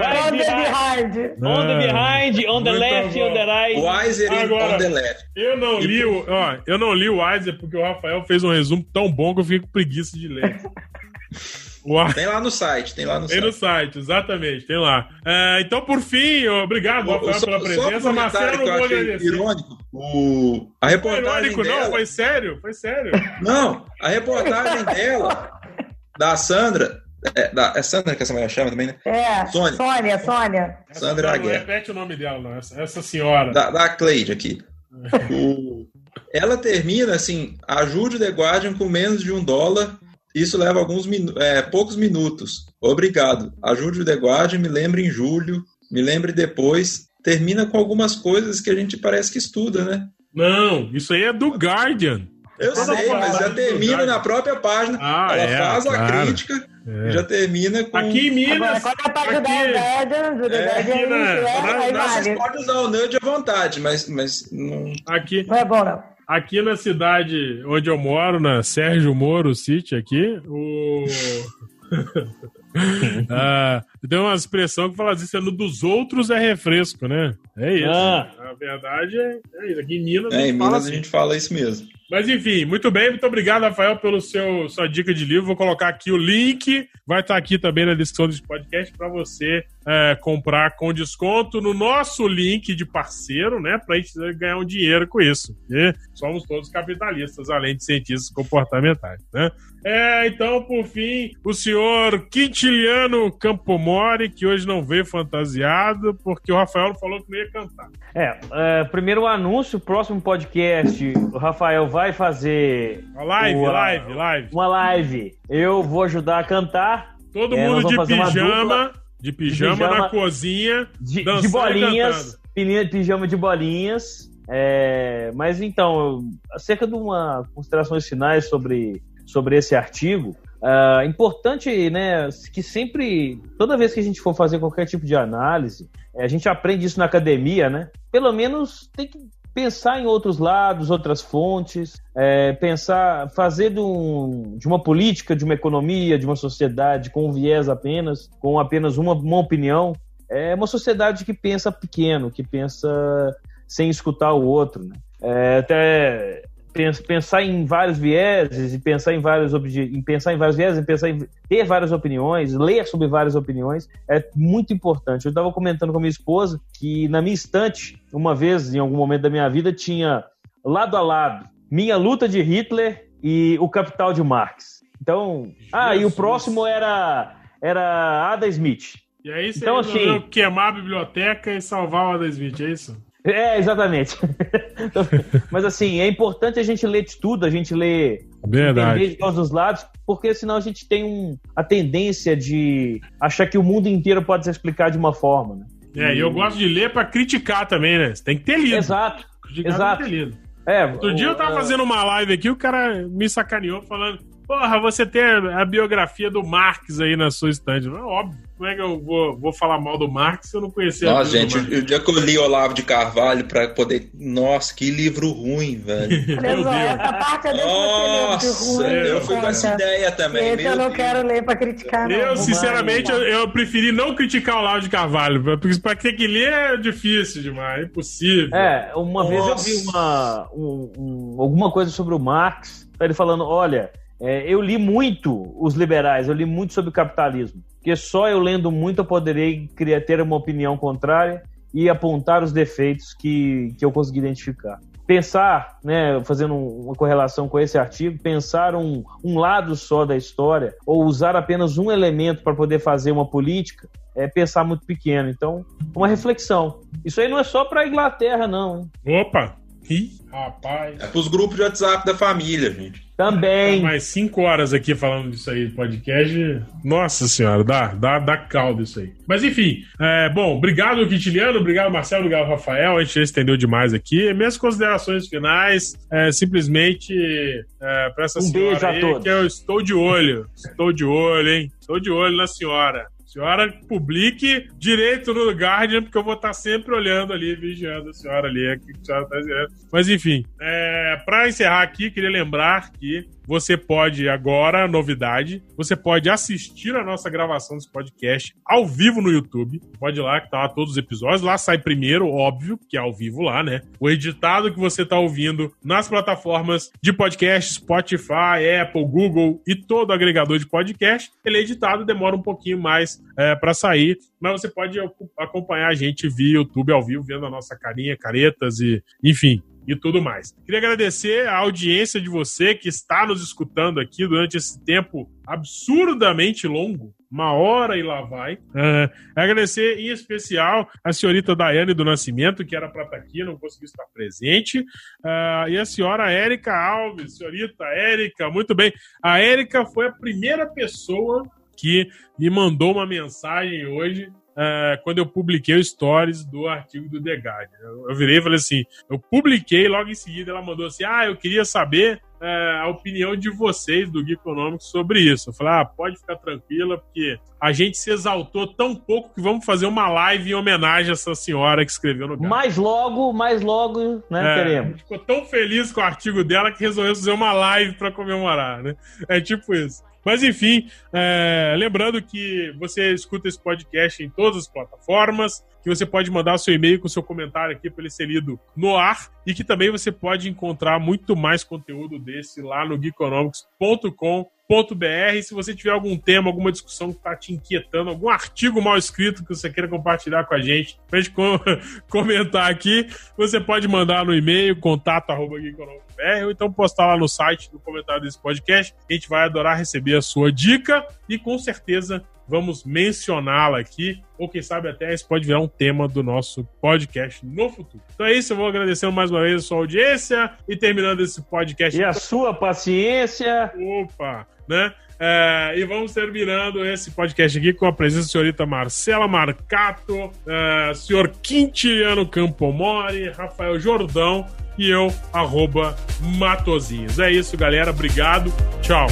the behind, on the left, on the right. Wiser on the left. Eu não li o Wiser porque o Rafael fez um resumo tão bom que eu fico com preguiça de ler. Tem lá no site, Tem no site, exatamente, tem lá. Então, por fim, obrigado, Rafael, pela presença. Marcelo, não vou agradecer. Irônico. A reportagem irônico, dela... não, foi sério. Não, a reportagem dela, da Sandra... É Sandra que essa mulher chama também, né? Sônia. Sandra Guerra. Repete o nome dela, não. Essa senhora. Da Cleide aqui. Ela termina assim: ajude o The Guardian com menos de $1. Isso leva poucos minutos. Obrigado. Ajude o The Guardian, me lembre em julho, me lembre depois. Termina com algumas coisas que a gente parece que estuda, né? Não, isso aí é do Guardian. Eu sei, mas já termina na própria página. Ela faz a crítica Já termina com... Aqui em Minas... Agora, quando é pra ajudar o Nerd, Vocês podem usar o Nerd à vontade, mas não... Aqui, não é bom, não. aqui na cidade onde eu moro, na Sérgio Moro City, aqui, tem uma expressão que fala assim, sendo dos outros é refresco, né? É isso. A verdade é isso. Aqui em Minas, em Minas a gente fala isso mesmo. Mas enfim, muito bem, muito obrigado, Rafael, pela sua dica de livro. Vou colocar aqui o link, vai estar aqui também na descrição desse podcast para você comprar com desconto no nosso link de parceiro, né? Pra gente ganhar um dinheiro com isso. E somos todos capitalistas, além de cientistas comportamentais, né? Então, por fim, o senhor Quintiliano Campomori, que hoje não veio fantasiado, porque o Rafael falou que não ia cantar. Primeiro o anúncio, próximo podcast, o Rafael vai fazer... Uma live. Uma live. Eu vou ajudar a cantar. Todo mundo de pijama na cozinha, de bolinhas, pijama de bolinhas. Mas então, acerca de considerações finais sobre esse artigo, importante, né, que sempre, toda vez que a gente for fazer qualquer tipo de análise, a gente aprende isso na academia, né? Pelo menos tem que pensar em outros lados, outras fontes, fazer de uma política, de uma economia, de uma sociedade com um viés com apenas uma opinião, uma sociedade que pensa pequeno, que pensa sem escutar o outro, né? Pensar em vários vieses, pensar em vários vieses, pensar em ter várias opiniões, ler sobre várias opiniões, é muito importante. Eu estava comentando com a minha esposa que na minha estante, uma vez, em algum momento da minha vida, tinha lado a lado Minha Luta de Hitler e O Capital de Marx. Então, e o próximo era Adam Smith. E aí você então, assim, queimar a biblioteca e salvar o Adam Smith, é isso? Exatamente. Mas assim, é importante a gente ler de tudo, a gente ler entender de todos os lados, porque senão a gente tem a tendência de achar que o mundo inteiro pode se explicar de uma forma, né? E eu gosto de ler pra criticar também, né? Você tem que ter lido. Exato. Criticar tem que ter lido. Outro dia eu tava fazendo uma live aqui, o cara me sacaneou falando: porra, você tem a biografia do Marx aí na sua estante. Não é óbvio. Como é que eu vou falar mal do Marx se eu não conhecer a vida do Marx? O dia que eu li Olavo de Carvalho pra poder... Nossa, que livro ruim, velho. Meu Deus. Essa parte Nossa, eu fui com essa ideia também. Esse eu não quero ler pra criticar, não. Eu, sinceramente, eu preferi não criticar o Olavo de Carvalho. Porque pra ter que ler é difícil demais, é impossível. Uma vez eu vi alguma coisa sobre o Marx, ele falando, olha... eu li muito os liberais, eu li muito sobre o capitalismo, porque só eu lendo muito eu poderei ter uma opinião contrária e apontar os defeitos que eu consegui identificar. Pensar, né, fazendo uma correlação com esse artigo, pensar um lado só da história ou usar apenas um elemento para poder fazer uma política é pensar muito pequeno. Então, uma reflexão. Isso aí não é só para a Inglaterra, não. Opa! Ih, rapaz. É pros grupos de WhatsApp da família, gente. Também. Mais 5 horas aqui falando disso aí, podcast. Nossa senhora, dá caldo isso aí. Mas enfim, bom, obrigado Quintiliano, obrigado Marcelo, obrigado Rafael. A gente já estendeu demais aqui. Minhas considerações finais, simplesmente pra essa senhora beijo aí, a todos. que eu estou de olho, hein? Estou de olho na senhora. Senhora, publique direito no Guardian, porque eu vou estar sempre olhando ali, vigiando a senhora ali, o que a senhora está dizendo. Mas enfim, para encerrar aqui, queria lembrar que você pode agora, novidade, você pode assistir a nossa gravação desse podcast ao vivo no YouTube. Pode ir lá, que tá lá todos os episódios. Lá sai primeiro, óbvio, que é ao vivo lá, né? O editado que você tá ouvindo nas plataformas de podcast, Spotify, Apple, Google e todo agregador de podcast, ele é editado, demora um pouquinho mais para sair, mas você pode acompanhar a gente via YouTube ao vivo, vendo a nossa carinha, caretas e, enfim, e tudo mais. Queria agradecer a audiência de você que está nos escutando aqui durante esse tempo absurdamente longo, 1 hora e lá vai. Agradecer em especial a senhorita Daiane do Nascimento, que era para estar aqui, não conseguiu estar presente, e a senhora Érica Alves. Senhorita Érica, muito bem. A Érica foi a primeira pessoa que me mandou uma mensagem hoje quando eu publiquei o stories do artigo do The Guardian. Eu virei e falei assim, eu publiquei, logo em seguida ela mandou assim, eu queria saber a opinião de vocês do Geekonomics sobre isso. Eu falei, pode ficar tranquila, porque a gente se exaltou tão pouco que vamos fazer uma live em homenagem a essa senhora que escreveu no Guardian. Mais logo, né, teremos. A gente ficou tão feliz com o artigo dela que resolveu fazer uma live para comemorar, né? É tipo isso. Mas enfim, lembrando que você escuta esse podcast em todas as plataformas, que você pode mandar seu e-mail com seu comentário aqui para ele ser lido no ar, e que também você pode encontrar muito mais conteúdo desse lá no geekonomics.com.br. Se você tiver algum tema, alguma discussão que está te inquietando, algum artigo mal escrito que você queira compartilhar com a gente, pra gente comentar aqui, você pode mandar no e-mail contato@geekonomics.br ou então postar lá no site, no comentário desse podcast. A gente vai adorar receber a sua dica e com certeza vamos mencioná-la aqui, ou quem sabe até isso pode virar um tema do nosso podcast no futuro. Então é isso, eu vou agradecendo mais uma vez a sua audiência e terminando esse podcast. E a sua paciência. Opa, né? E vamos terminando esse podcast aqui com a presença da senhorita Marcela Marcato, senhor Quintiliano Campomori, Rafael Jordão e eu, @Matozinhos. É isso, galera. Obrigado. Tchau.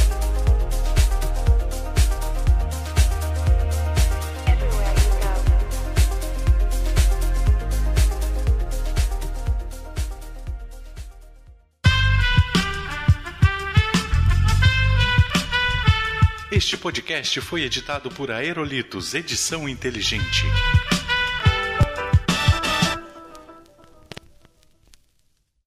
Este podcast foi editado por Aerolitos Edição Inteligente.